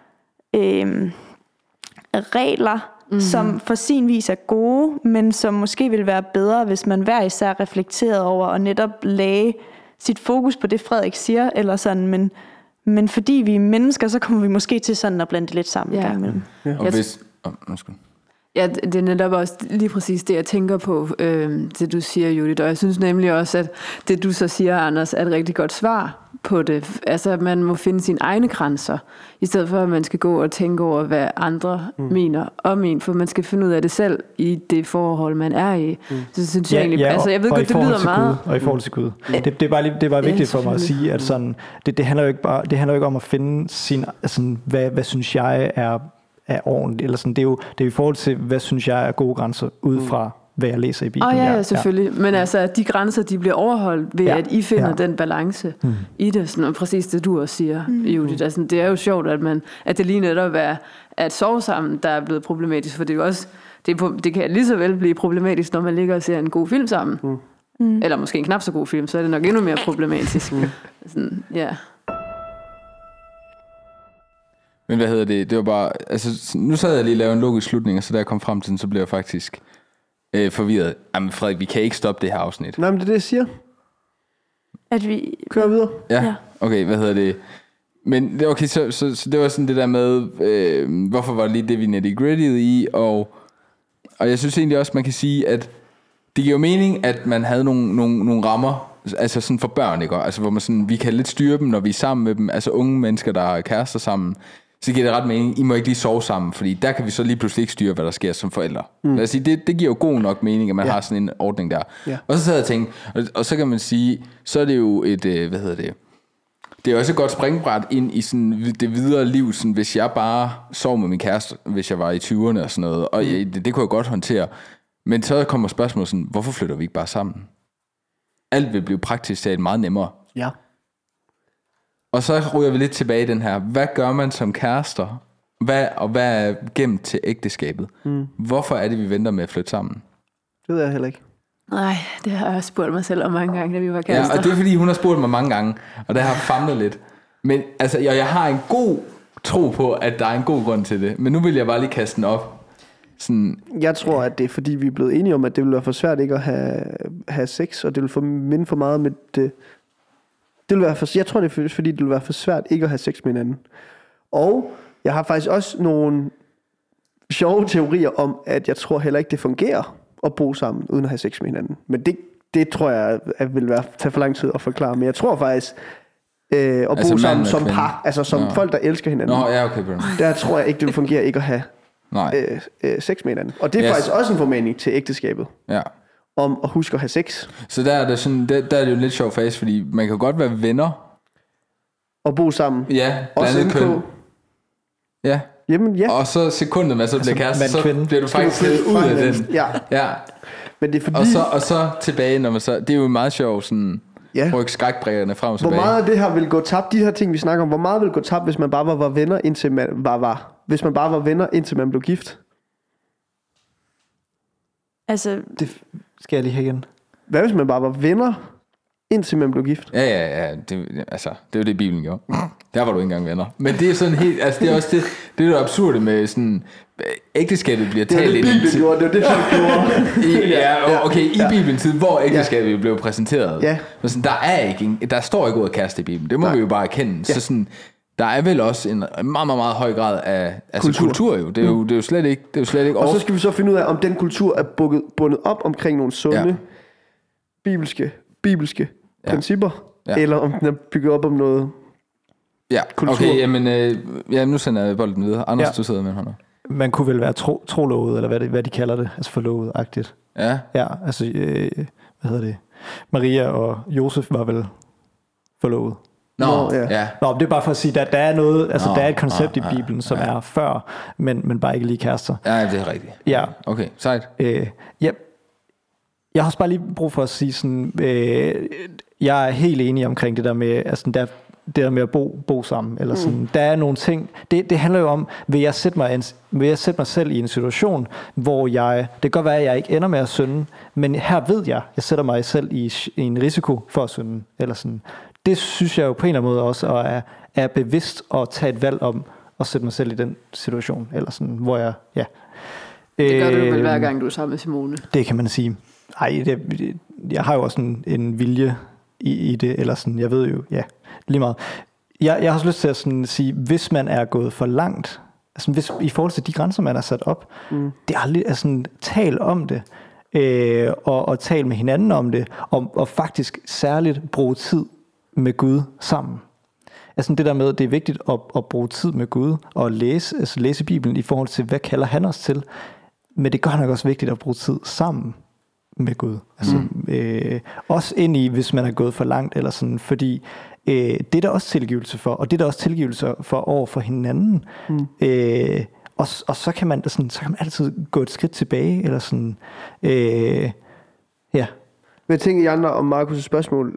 regler, som for sin vis er gode, men som måske vil være bedre, hvis man hver især reflekterede over og netop lagde sit fokus på det, Frederik siger, eller sådan, men fordi vi er mennesker, så kommer vi måske til sådan at blande det lidt sammen. Ja. Og hvis... Ja, det er netop også lige præcis det, jeg tænker på, det du siger, Judith. Og jeg synes nemlig også, at det du så siger, Anders, er et rigtig godt svar på det. Altså, man må finde sine egne grænser, i stedet for, at man skal gå og tænke over, hvad andre mener om en, for man skal finde ud af det selv i det forhold, man er i. Så synes jeg egentlig, altså, jeg ved godt, det lyder meget... Og i forhold til Gud. Det er bare vigtigt for mig at sige, at sådan, det handler jo ikke om at finde sin, sådan, hvad synes jeg er ordentligt, eller sådan, det er jo i forhold til, hvad synes jeg er gode grænser, ud fra hvad jeg læser i Bibelen. Ja, selvfølgelig. Men altså, de grænser, de bliver overholdt ved, at I finder den balance i det. Sådan, og præcis det, du også siger, Judith. Altså, det er jo sjovt, at det lige netop er at sove sammen, der er blevet problematisk. For det er jo også, det kan lige så vel blive problematisk, når man ligger og ser en god film sammen. Eller måske en knap så god film, så er det nok endnu mere problematisk. Sådan, ja. Men hvad hedder det? Det var bare... Altså, nu sad jeg lige og lavede en logisk slutning, og så da jeg kom frem til den, så blev jeg faktisk... forvirret. Jamen Frederik, vi kan ikke stoppe det her afsnit. Nej, men det er det, jeg siger. At vi... Kører videre. Ja, okay, hvad hedder det? Men okay, så det var sådan det der med, hvorfor var det lige det, vi nitty-gritty'ede i, og jeg synes egentlig også, man kan sige, at det giver jo mening, at man havde nogle rammer, altså sådan for børn, ikke? Altså hvor man sådan, vi kan lidt styre dem, når vi er sammen med dem, altså unge mennesker, der er kærester sammen, så giver det ret mening, I må ikke lige sove sammen, fordi der kan vi så lige pludselig ikke styre, hvad der sker som forældre. Lad os sige, det giver jo god nok mening, at man har sådan en ordning der. Og så sad jeg og tænkte, og så kan man sige, så er det jo et, det er også et godt springbræt ind i sådan det videre liv, sådan hvis jeg bare sov med min kæreste, hvis jeg var i 20'erne og sådan noget, og det kunne jeg godt håndtere. Men så kommer spørgsmålet sådan, hvorfor flytter vi ikke bare sammen? Alt vil blive praktisk talt meget nemmere. Ja. Og så ryger vi lidt tilbage i den her. Hvad gør man som kærester? Hvad er gemt til ægteskabet? Hvorfor er det, vi venter med at flytte sammen? Det ved jeg heller ikke. Nej, det har jeg spurgt mig selv om mange gange, da vi var kærester. Ja, og det er fordi, hun har spurgt mig mange gange, og der har jeg famlet lidt. Men altså, jeg har en god tro på, at der er en god grund til det. Men nu vil jeg bare lige kaste den op. Sådan. Jeg tror, at det er fordi, vi er blevet enige om, at det vil være for svært ikke at have sex, og det vil minde for meget med det. Jeg tror, det er fordi, det vil være for svært ikke at have sex med hinanden. Og jeg har faktisk også nogle sjove teorier om, at jeg tror heller ikke, det fungerer at bo sammen, uden at have sex med hinanden. Men det tror jeg vil tage for lang tid at forklare. Men jeg tror faktisk, at bo sammen som par, altså som folk, der elsker hinanden. Okay, der tror jeg ikke, det vil fungere ikke at have sex med hinanden. Og det er faktisk også en formaning til ægteskabet. Ja. Om at huske at have sex. Så der er det sådan, der er det jo en lidt sjov fase, fordi man kan godt være venner og bo sammen. Ja, blandet køn. Ja. Jamen, ja. Og så sekundet man så bliver kæreste, så bliver du faktisk lidt ud af den. Ja. Men det er fordi... og så tilbage, når man så... Det er jo meget sjovt sådan... Rykke skrækbrækkerne frem og tilbage. Hvor meget af det her vil gå tabt, de her ting vi snakker om, hvor meget vil gå tabt, hvis man bare var venner, indtil man hvis man bare var venner, indtil man blev gift? Altså... Det skal jeg lige have igen. Hvad hvis man bare var venner, indtil man blev gift? Ja. Det er jo det, Bibelen gjorde. Der var du ikke engang venner. Men det er sådan helt... Altså, det er også det er jo absurde med sådan... Ægteskabet bliver talt ind. Det var det, Bibelen gjorde. Okay, i Bibelens tid, hvor ægteskabet blev præsenteret. Ja. Men sådan, der står ikke ordet kæreste i Bibelen. Det må vi jo bare erkende. Ja. Så sådan... Der er vel også en meget, meget, meget høj grad af kultur jo. Det er jo slet ikke... Og så skal vi så finde ud af, om den kultur er bundet op omkring nogle sunde, bibelske principper, eller om den er bygget op om noget kultur. Okay, jamen, nu sender jeg bolden videre. Anders, du sidder med hånden. Man kunne vel være trolovet, eller hvad de kalder det, altså forlovet-agtigt. Ja. Ja, altså, hvad hedder det? Maria og Josef var vel forlovet. Nå, det er bare for at sige, at der er noget, altså der er et koncept i Bibelen, som er før, men bare ikke lige kærester. Ja, det er rigtigt. Ja. Okay, sejt. Jeg har også bare lige brug for at sige sådan, jeg er helt enig omkring det der med, altså det der med at bo sammen, eller sådan. Der er nogle ting, det handler jo om, vil jeg sætte mig selv i en situation, hvor det kan godt være, at jeg ikke ender med at synde, men her ved jeg sætter mig selv i en risiko for at synde, eller sådan. Det synes jeg jo på en eller anden måde også er bevidst at tage et valg om at sætte mig selv i den situation, eller sådan, hvor jeg, Det gør du vel hver gang, du er sammen med Simone. Det kan man sige. Jeg har jo også en vilje i det, eller sådan, jeg ved jo, lige meget. Jeg har også lyst til at sådan sige, hvis man er gået for langt, altså i forhold til de grænser, man har sat op, det er aldrig sådan, tal om det, og tal med hinanden om det, og faktisk særligt bruge tid med Gud sammen. Altså det der med, at det er vigtigt at bruge tid med Gud og læse Bibelen i forhold til, hvad kalder han os til. Men det er godt nok også vigtigt at bruge tid sammen med Gud. Altså, også ind i, hvis man er gået for langt, eller sådan, fordi det er der også tilgivelse for, og det er der også tilgivelse for over for hinanden. Og så kan man altid gå et skridt tilbage, eller sådan, ja. Hvad tænker I andre om Markus' spørgsmål?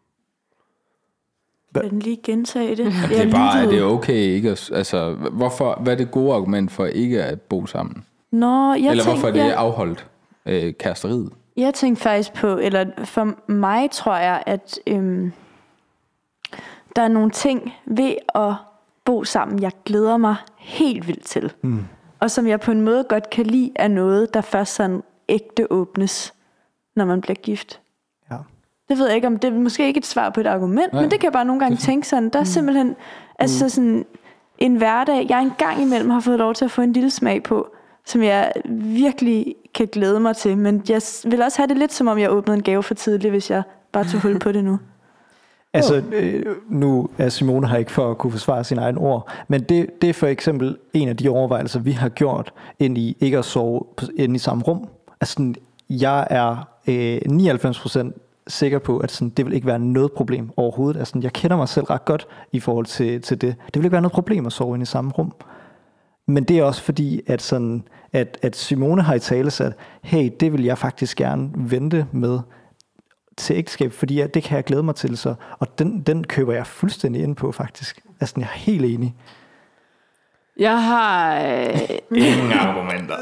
Vil den lige gentage det? Det er bare, er det okay ikke? Altså, hvad er det gode argument for ikke at bo sammen? Hvorfor er det afholdt kæresteriet? Jeg tænkte faktisk på, eller for mig tror jeg, at der er nogle ting ved at bo sammen, jeg glæder mig helt vildt til. Og som jeg på en måde godt kan lide, er noget, der først sådan ægte åbnes, når man bliver gift. Ja. Det ved jeg ikke, om det er måske ikke et svar på et argument, men det kan jeg bare nogle gange tænke sådan. Der er simpelthen altså sådan en hverdag, jeg engang imellem har fået lov til at få en lille smag på, som jeg virkelig kan glæde mig til. Men jeg vil også have det lidt, som om jeg åbnede en gave for tidligt, hvis jeg bare tog hul på det nu. Altså, nu er Simone her ikke for at kunne forsvare sine egne ord, men det er for eksempel en af de overvejelser, vi har gjort ind i ikke at sove inde i samme rum. Altså, jeg er 99% sikker på, at sådan, det vil ikke være noget problem overhovedet. Altså, jeg kender mig selv ret godt i forhold til det. Det vil ikke være noget problem at sove inde i samme rum. Men det er også fordi, at Simone har i tale sat, hey, det vil jeg faktisk gerne vente med til ægteskab, fordi det kan jeg glæde mig til. Så. Og den køber jeg fuldstændig ind på, faktisk. Altså, jeg er helt enig. Jeg har... Ingen argumenter.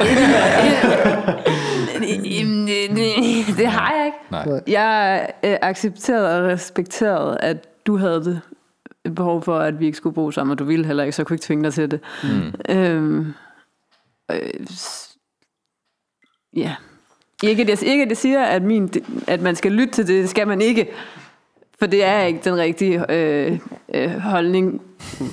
Det har jeg ikke. Nej. Jeg accepterede og respekterede, at du havde det behov for, at vi ikke skulle bo sammen, og du ville heller ikke, så jeg kunne ikke tvinge dig til det. Ja. Ikke at jeg siger, at man skal lytte til det skal man ikke. For det er ikke den rigtige holdning,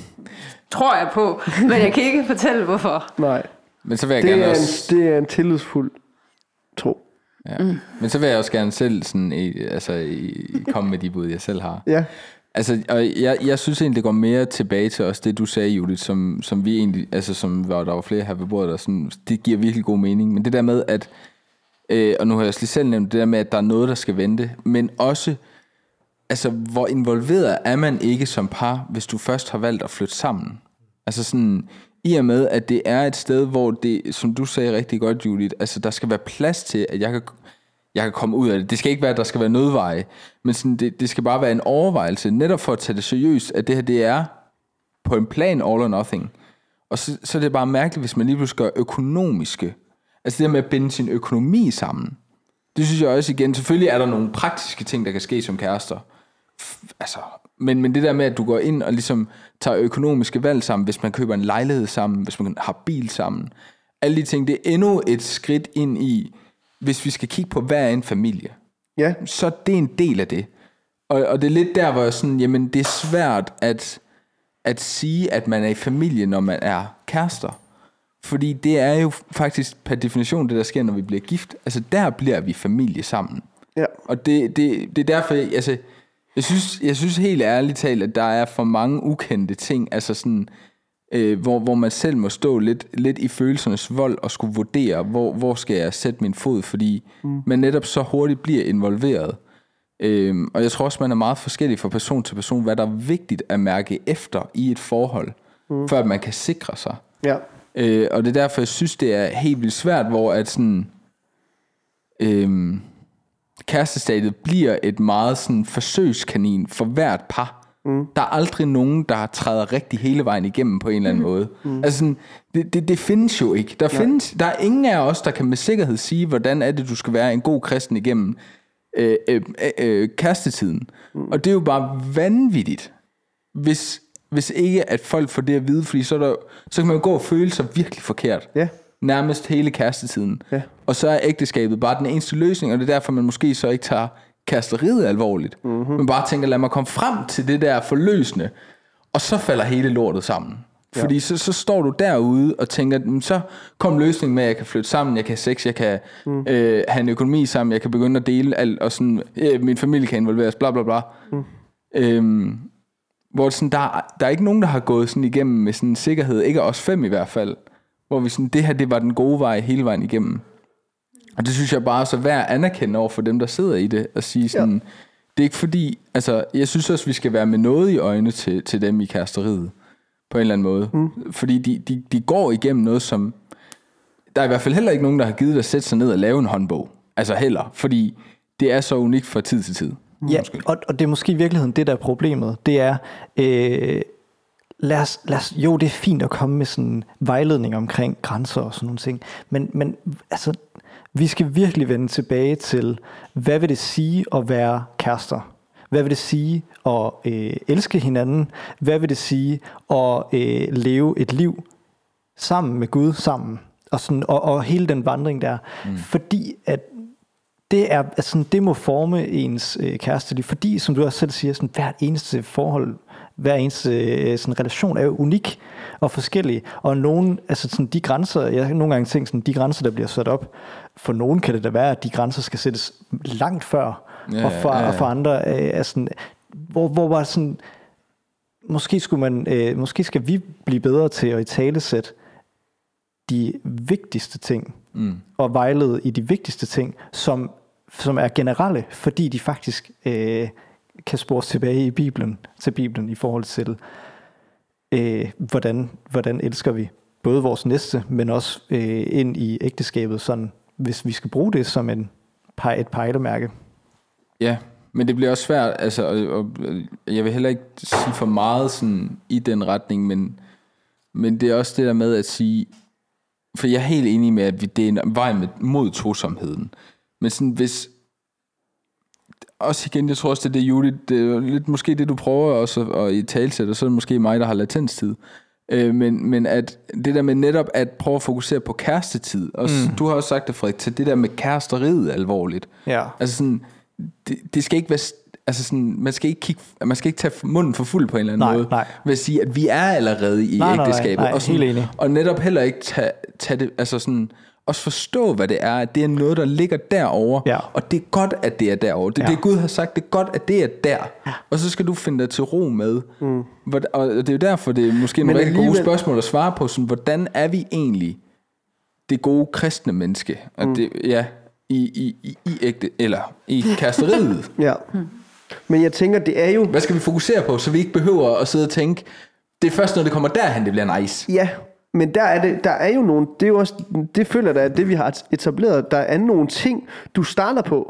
tror jeg på. Men jeg kan ikke fortælle, hvorfor. Nej. Men så vil jeg gerne også... Det er en tillidsfuld tro. Ja. Men så vil jeg også gerne selv sådan, komme med de bud, jeg selv har. Ja. Altså, og jeg synes egentlig, det går mere tilbage til også det, du sagde, Judith, som vi egentlig, altså som der var flere her ved bordet, der sådan, det giver virkelig god mening. Men det der med, at, og nu har jeg også lige selv nævnt, det der med, at der er noget, der skal vente, men også, altså, hvor involveret er man ikke som par, hvis du først har valgt at flytte sammen? Altså sådan, i og med, at det er et sted, hvor det, som du sagde rigtig godt, Judith, altså der skal være plads til, at jeg kan komme ud af det. Det skal ikke være, at der skal være nødveje, men sådan, det skal bare være en overvejelse, netop for at tage det seriøst, at det her, det er på en plan all or nothing. Og så er det bare mærkeligt, hvis man lige pludselig gør økonomiske, altså det her med at binde sin økonomi sammen. Det synes jeg også igen, selvfølgelig er der nogle praktiske ting, der kan ske som kærester. Altså, men det der med, at du går ind og ligesom tager økonomiske valg sammen, hvis man køber en lejlighed sammen, hvis man har bil sammen, alle de ting, det er endnu et skridt ind i, hvis vi skal kigge på hver en familie, så det er en del af det. Og det er lidt der, hvor jeg sådan, jamen det er svært at sige, at man er i familie, når man er kærester. Fordi det er jo faktisk per definition det, der sker, når vi bliver gift. Altså der bliver vi familie sammen. Ja. Og det er derfor, altså, jeg synes helt ærligt talt, at der er for mange ukendte ting, altså sådan, hvor man selv må stå lidt i følelsernes vold og skulle vurdere, hvor skal jeg sætte min fod, fordi man netop så hurtigt bliver involveret. Og jeg tror også, man er meget forskellig fra person til person, hvad der er vigtigt at mærke efter i et forhold, før man kan sikre sig. Ja. Og det er derfor, jeg synes, det er helt vildt svært, hvor at sådan, kærestestadiet bliver et meget sådan forsøgskanin for hvert par. Der er aldrig nogen, der træder rigtig hele vejen igennem på en eller anden måde. Altså sådan, det findes jo ikke. Der er ingen af os, der kan med sikkerhed sige, hvordan er det, du skal være en god kristen igennem kærestetiden. Og det er jo bare vanvittigt, hvis ikke at folk får det at vide, fordi så kan man jo gå og føle sig virkelig forkert. Nærmest hele kærestetiden. Og så er ægteskabet bare den eneste løsning, og det er derfor, man måske så ikke tager kæresteriet alvorligt, men bare tænker, lad mig komme frem til det der forløsende, og så falder hele lortet sammen. Fordi så står du derude og tænker, så kom løsningen med, at jeg kan flytte sammen, jeg kan have sex, jeg kan have en økonomi sammen, jeg kan begynde at dele alt, og sådan, min familie kan involveres, bla bla bla. Hvor sådan, der er ikke nogen, der har gået sådan igennem med sådan en sikkerhed, ikke os 5 i hvert fald, hvor vi sådan, det her, det var den gode vej hele vejen igennem. Og det synes jeg bare er så værd at anerkende over for dem, der sidder i det, og sige sådan, det er ikke fordi, altså, jeg synes også, vi skal være med noget i øjne til dem i kæresteriet, på en eller anden måde. Fordi de går igennem noget, som, der er i hvert fald heller ikke nogen, der har givet dig at sætte sig ned og lave en håndbog. Altså heller, fordi det er så unikt fra tid til tid. Ja, og det er måske i virkeligheden det, der er problemet. Det er, lad os, jo, det er fint at komme med sådan vejledning omkring grænser og sådan nogle ting, men altså, vi skal virkelig vende tilbage til, hvad vil det sige at være kærester? Hvad vil det sige at elske hinanden? Hvad vil det sige at leve et liv sammen med Gud sammen? Og hele den vandring der. Fordi at det er, altså, det må forme ens kæresteliv. Fordi, som du også selv siger, sådan, hvert eneste forhold, hver eneste sådan, relation er jo unik og forskellig. Og nogen, altså sådan, de grænser, jeg har nogle gange tænkt, sådan, de grænser, der bliver sat op, for nogen kan det da være, at de grænser skal sættes langt før. Og for andre er sådan, hvor var sådan, måske skal vi blive bedre til at italesætte de vigtigste ting, og vejlede i de vigtigste ting, som er generelle, fordi de faktisk kan spores tilbage i Bibelen, i forhold til, hvordan elsker vi både vores næste, men også ind i ægteskabet, sådan, hvis vi skal bruge det som et pejlemærke. Ja, men det bliver også svært, altså, og jeg vil heller ikke sige for meget sådan, i den retning, men det er også det der med at sige, for jeg er helt enig med, at det er en vej mod tosomheden. Men sådan, hvis også igen, jeg tror også, det er Julie, det er lidt måske det, du prøver også at i talsætte, og så er det måske mig, der har latenstid. Men at det der med netop at prøve at fokusere på kærestetid, og du har også sagt det, Frederik, til det der med kæresteriet alvorligt. Ja. Altså sådan, det skal ikke være, altså sådan, man skal ikke tage munden for fuld på en eller anden måde, ved at sige, at vi er allerede i ægteskabet, og sådan, helt enig. Og netop heller ikke tage det, altså sådan, også forstå, hvad det er, at det er noget, der ligger derovre, og det er godt, at det er derovre. Det er det, Gud har sagt, det er godt, at det er der. Og så skal du finde dig til ro med. Og det er jo derfor, det er måske nogle rigtig gode spørgsmål at svare på, sådan, hvordan er vi egentlig det gode kristne menneske? Og det, i ægte, eller i kæresteriet. Men jeg tænker, det er jo... Hvad skal vi fokusere på, så vi ikke behøver at sidde og tænke, det er først, når det kommer derhen, det bliver nice. Ja, men der er jo nogle... Det er jo også, det føler jeg, at det vi har etableret, der er nogle ting, du starter på,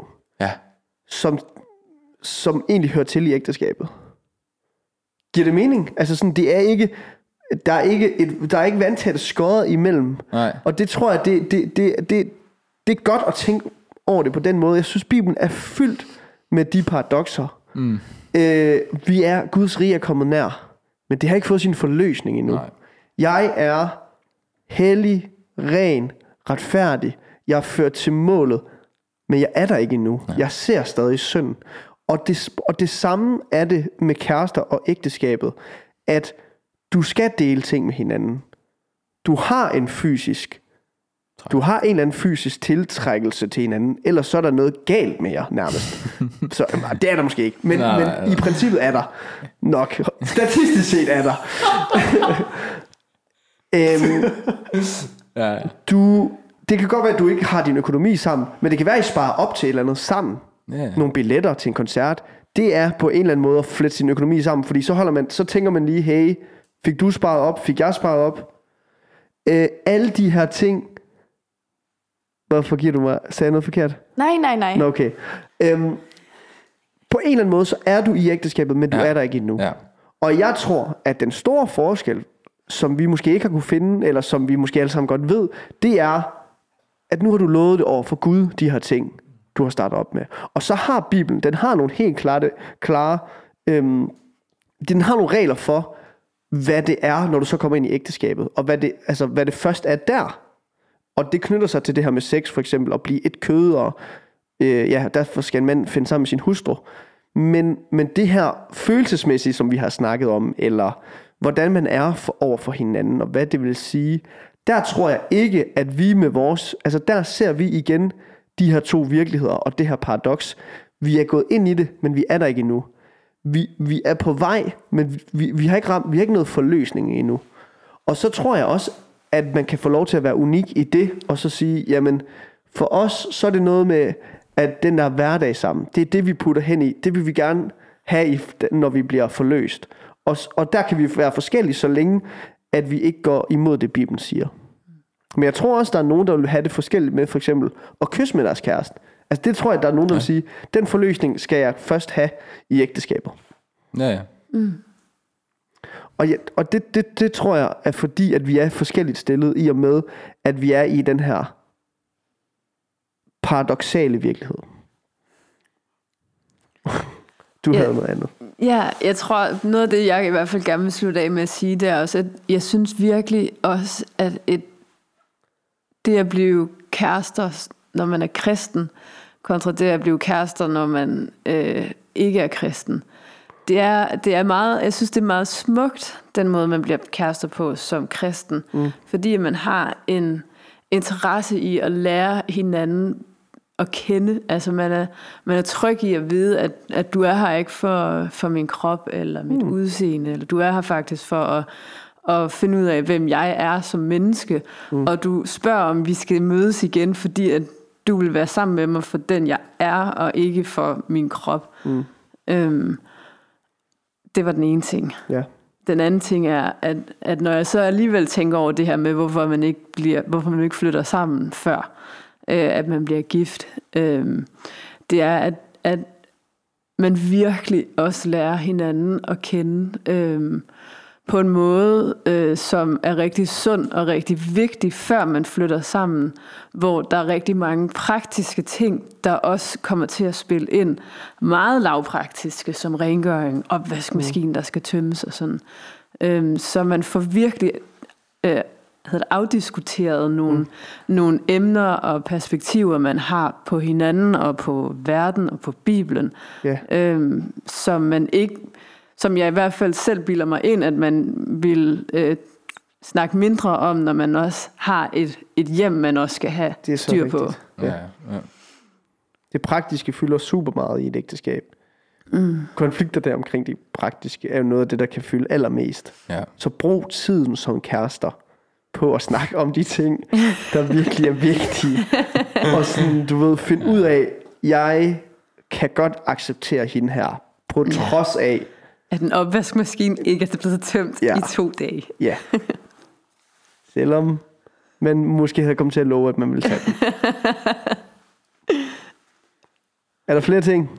som egentlig hører til i ægteskabet. Giver det mening? Altså sådan, det er ikke... Der er ikke vandtætte skåret imellem. Nej. Og det tror jeg, det er godt at tænke over det på den måde. Jeg synes, Bibelen er fyldt med de paradokser. Vi er, Guds rige er kommet nær, men det har ikke fået sin forløsning endnu. Nej. Jeg er hellig, ren, retfærdig. Jeg er ført til målet, men jeg er der ikke endnu. Nej. Jeg ser stadig synd. Og det samme er det med kærester og ægteskabet, at du skal dele ting med hinanden. Du har en eller anden fysisk tiltrækkelse til hinanden, ellers så er der noget galt med jer nærmest. Så det er der måske ikke, men i princippet er der nok. Statistisk set er der. Det kan godt være, at du ikke har din økonomi sammen, men det kan være, at I sparer op til et eller andet sammen. Nogle billetter til en koncert. Det er på en eller anden måde at flette sin økonomi sammen, fordi så tænker man lige, hey, fik du sparet op? Fik jeg sparet op? Alle de her ting. Hvorfor giver du mig? Sagde jeg noget forkert? Nej. Nå, okay. På en eller anden måde, så er du i ægteskabet, men du er der ikke endnu. Ja. Og jeg tror, at den store forskel, som vi måske ikke har kunne finde, eller som vi måske alle sammen godt ved, det er, at nu har du lovet det over for Gud, de her ting, du har startet op med. Og så har Bibelen, den har nogle helt klare den har nogle regler for, hvad det er, når du så kommer ind i ægteskabet, og hvad det først er der. Og det knytter sig til det her med sex, for eksempel, at blive et kød, og derfor skal en mand finde sammen med sin hustru. Men det her følelsesmæssige, som vi har snakket om, eller hvordan man er over for hinanden, og hvad det vil sige, der tror jeg ikke, at vi med vores... Altså der ser vi igen de her to virkeligheder, og det her paradoks. Vi er gået ind i det, men vi er der ikke endnu. vi er på vej, men vi har ikke nået forløsning endnu. Og så tror jeg også, at man kan få lov til at være unik i det, og så sige, jamen, for os, så er det noget med, at den der hverdag sammen, det er det, vi putter hen i. Det vil vi gerne have, når vi bliver forløst. Og der kan vi være forskellige, så længe, at vi ikke går imod det, Bibelen siger. Men jeg tror også, der er nogen, der vil have det forskelligt med, for eksempel at kysse med deres kæreste. Altså det tror jeg, der er nogen, der vil sige, den forløsning skal jeg først have i ægteskaber. Ja. Og det tror jeg er fordi, at vi er forskelligt stillet i og med, at vi er i den her paradoksale virkelighed. Du havde noget andet. Ja, jeg tror, noget af det, jeg i hvert fald gerne vil slutte af med at sige, det er også, at jeg synes virkelig også, at det at blive kærester, når man er kristen, kontra det at blive kærester, når man ikke er kristen. Det er meget, jeg synes, det er meget smukt, den måde, man bliver kærester på som kristen. Fordi man har en interesse i at lære hinanden at kende. Altså man er tryg i at vide, at du er her ikke for min krop eller mit udseende, eller du er her faktisk for at finde ud af, hvem jeg er som menneske. Og du spørger, om vi skal mødes igen, fordi at du vil være sammen med mig for den, jeg er, og ikke for min krop. Det var den ene ting. Ja. Den anden ting er, at når jeg så alligevel tænker over det her med, hvorfor man ikke flytter sammen før, at man bliver gift, det er, at man virkelig også lærer hinanden at kende på en måde, som er rigtig sund og rigtig vigtig, før man flytter sammen, hvor der er rigtig mange praktiske ting, der også kommer til at spille ind. Meget lavpraktiske, som rengøring, opvaskemaskinen, der skal tømmes og sådan. Så man får virkelig afdiskuteret nogle emner og perspektiver, man har på hinanden og på verden og på Bibelen, som jeg i hvert fald selv bilder mig ind, at man vil snakke mindre om, når man også har et hjem, man også skal have styr på. Ja. Det praktiske fylder super meget i et ægteskab. Konflikter der omkring det praktiske er jo noget af det, der kan fylde allermest. Ja. Så brug tiden som kærester på at snakke om de ting, der virkelig er vigtige. Og sådan, du ved, finde ud af, jeg kan godt acceptere hende her, på trods af, at en opvaskemaskine ikke er blevet tømt i 2 dage. Ja. Selvom man måske havde kommet til at love, at man ville tage den. Er der flere ting?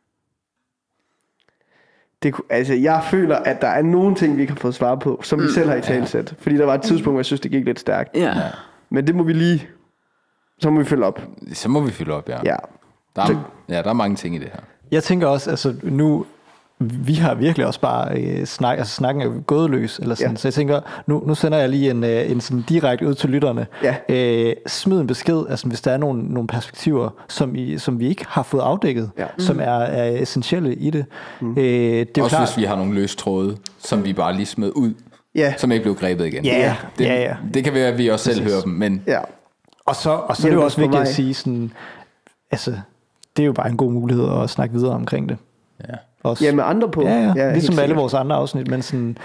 Jeg føler, at der er nogle ting, vi ikke har fået svar på, som vi selv har i talsæt. Fordi der var et tidspunkt, hvor jeg synes, det gik lidt stærkt. Ja. Men det må vi lige... Så må vi følge op. Så må vi følge op, ja. Der er mange ting i det her. Jeg tænker også, altså nu... Vi har virkelig også bare snakken er gået løs, eller sådan. Så jeg tænker, nu sender jeg lige en sådan direkte ud til lytterne. Smid en besked, altså hvis der er nogle perspektiver, som vi ikke har fået afdækket, som er essentielle i det. Det er også klart, hvis vi har nogle løse tråde, som vi bare lige smed ud, som ikke blev grebet igen. Det kan være, at vi også selv hører dem, men... Ja. Og så er det jo også vigtigt at sige sådan, altså, det er jo bare en god mulighed at snakke videre omkring det. Ja. Også. Med andre på. Ja, ligesom alle vores andre afsnit, men sådan,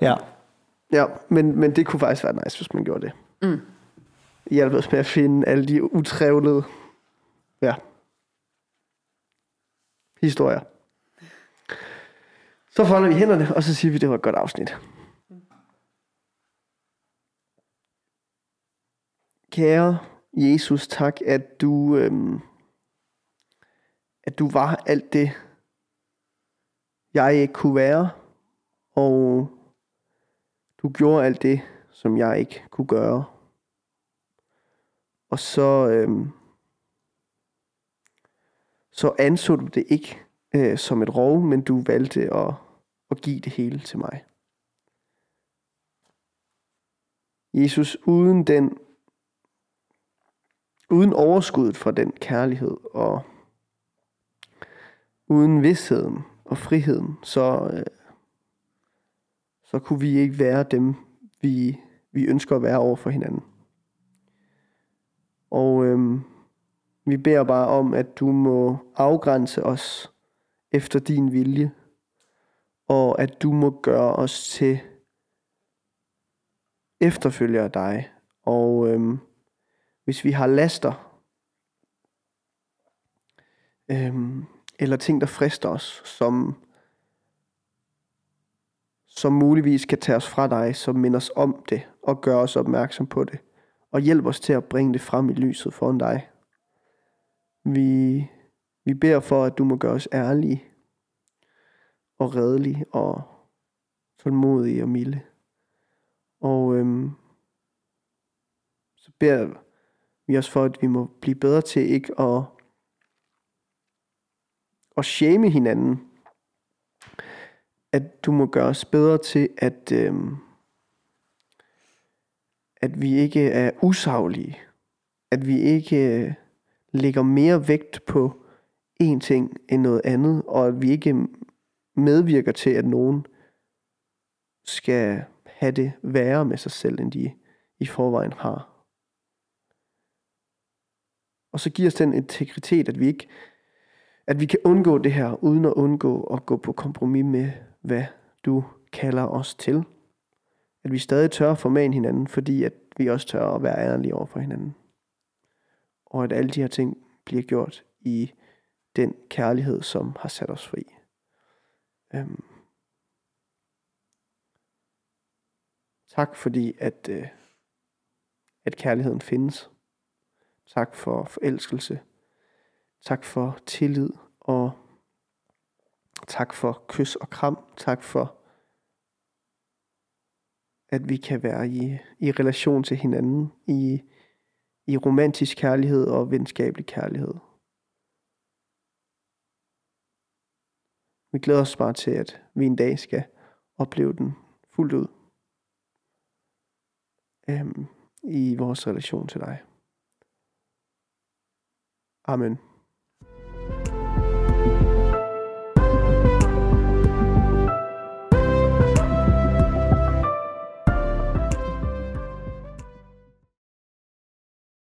men det kunne faktisk være nice, hvis man gjorde det. Hjælp os med at finde alle de utrævlede historier. Så folder vi hænderne, og så siger vi, det var et godt afsnit. Kære Jesus, tak, at du var alt det, jeg ikke kunne være, og du gjorde alt det, som jeg ikke kunne gøre. Og så anså du det ikke som et rov, men du valgte at give det hele til mig. Jesus, uden overskuddet fra den kærlighed, og uden vidsheden og friheden, så kunne vi ikke være dem, vi ønsker at være over for hinanden. Og vi beder bare om, at du må afgrænse os efter din vilje, og at du må gøre os til efterfølgere af dig. Og hvis vi har laster, eller ting, der frister os, som muligvis kan tage os fra dig, så mind os om det, og gør os opmærksom på det, og hjælp os til at bringe det frem i lyset foran dig. Vi beder for, at du må gøre os ærlige, og redelige, og tålmodige og milde. Og så beder vi os for, at vi må blive bedre til ikke at shame hinanden. At du må gøre os bedre til, at vi ikke er usaglige. At vi ikke lægger mere vægt på én ting end noget andet. Og at vi ikke medvirker til, at nogen skal have det værre med sig selv, end de i forvejen har. Og så giver os den integritet, at vi kan undgå det her, uden at undgå at gå på kompromis med, hvad du kalder os til. At vi stadig tør at formane hinanden, fordi at vi også tør at være ærlige over for hinanden. Og at alle de her ting bliver gjort i den kærlighed, som har sat os fri. Tak fordi, at kærligheden findes. Tak for forelskelse. Tak for tillid, og tak for kys og kram. Tak for, at vi kan være i relation til hinanden, i romantisk kærlighed og venskabelig kærlighed. Vi glæder os bare til, at vi en dag skal opleve den fuldt ud i vores relation til dig. Amen.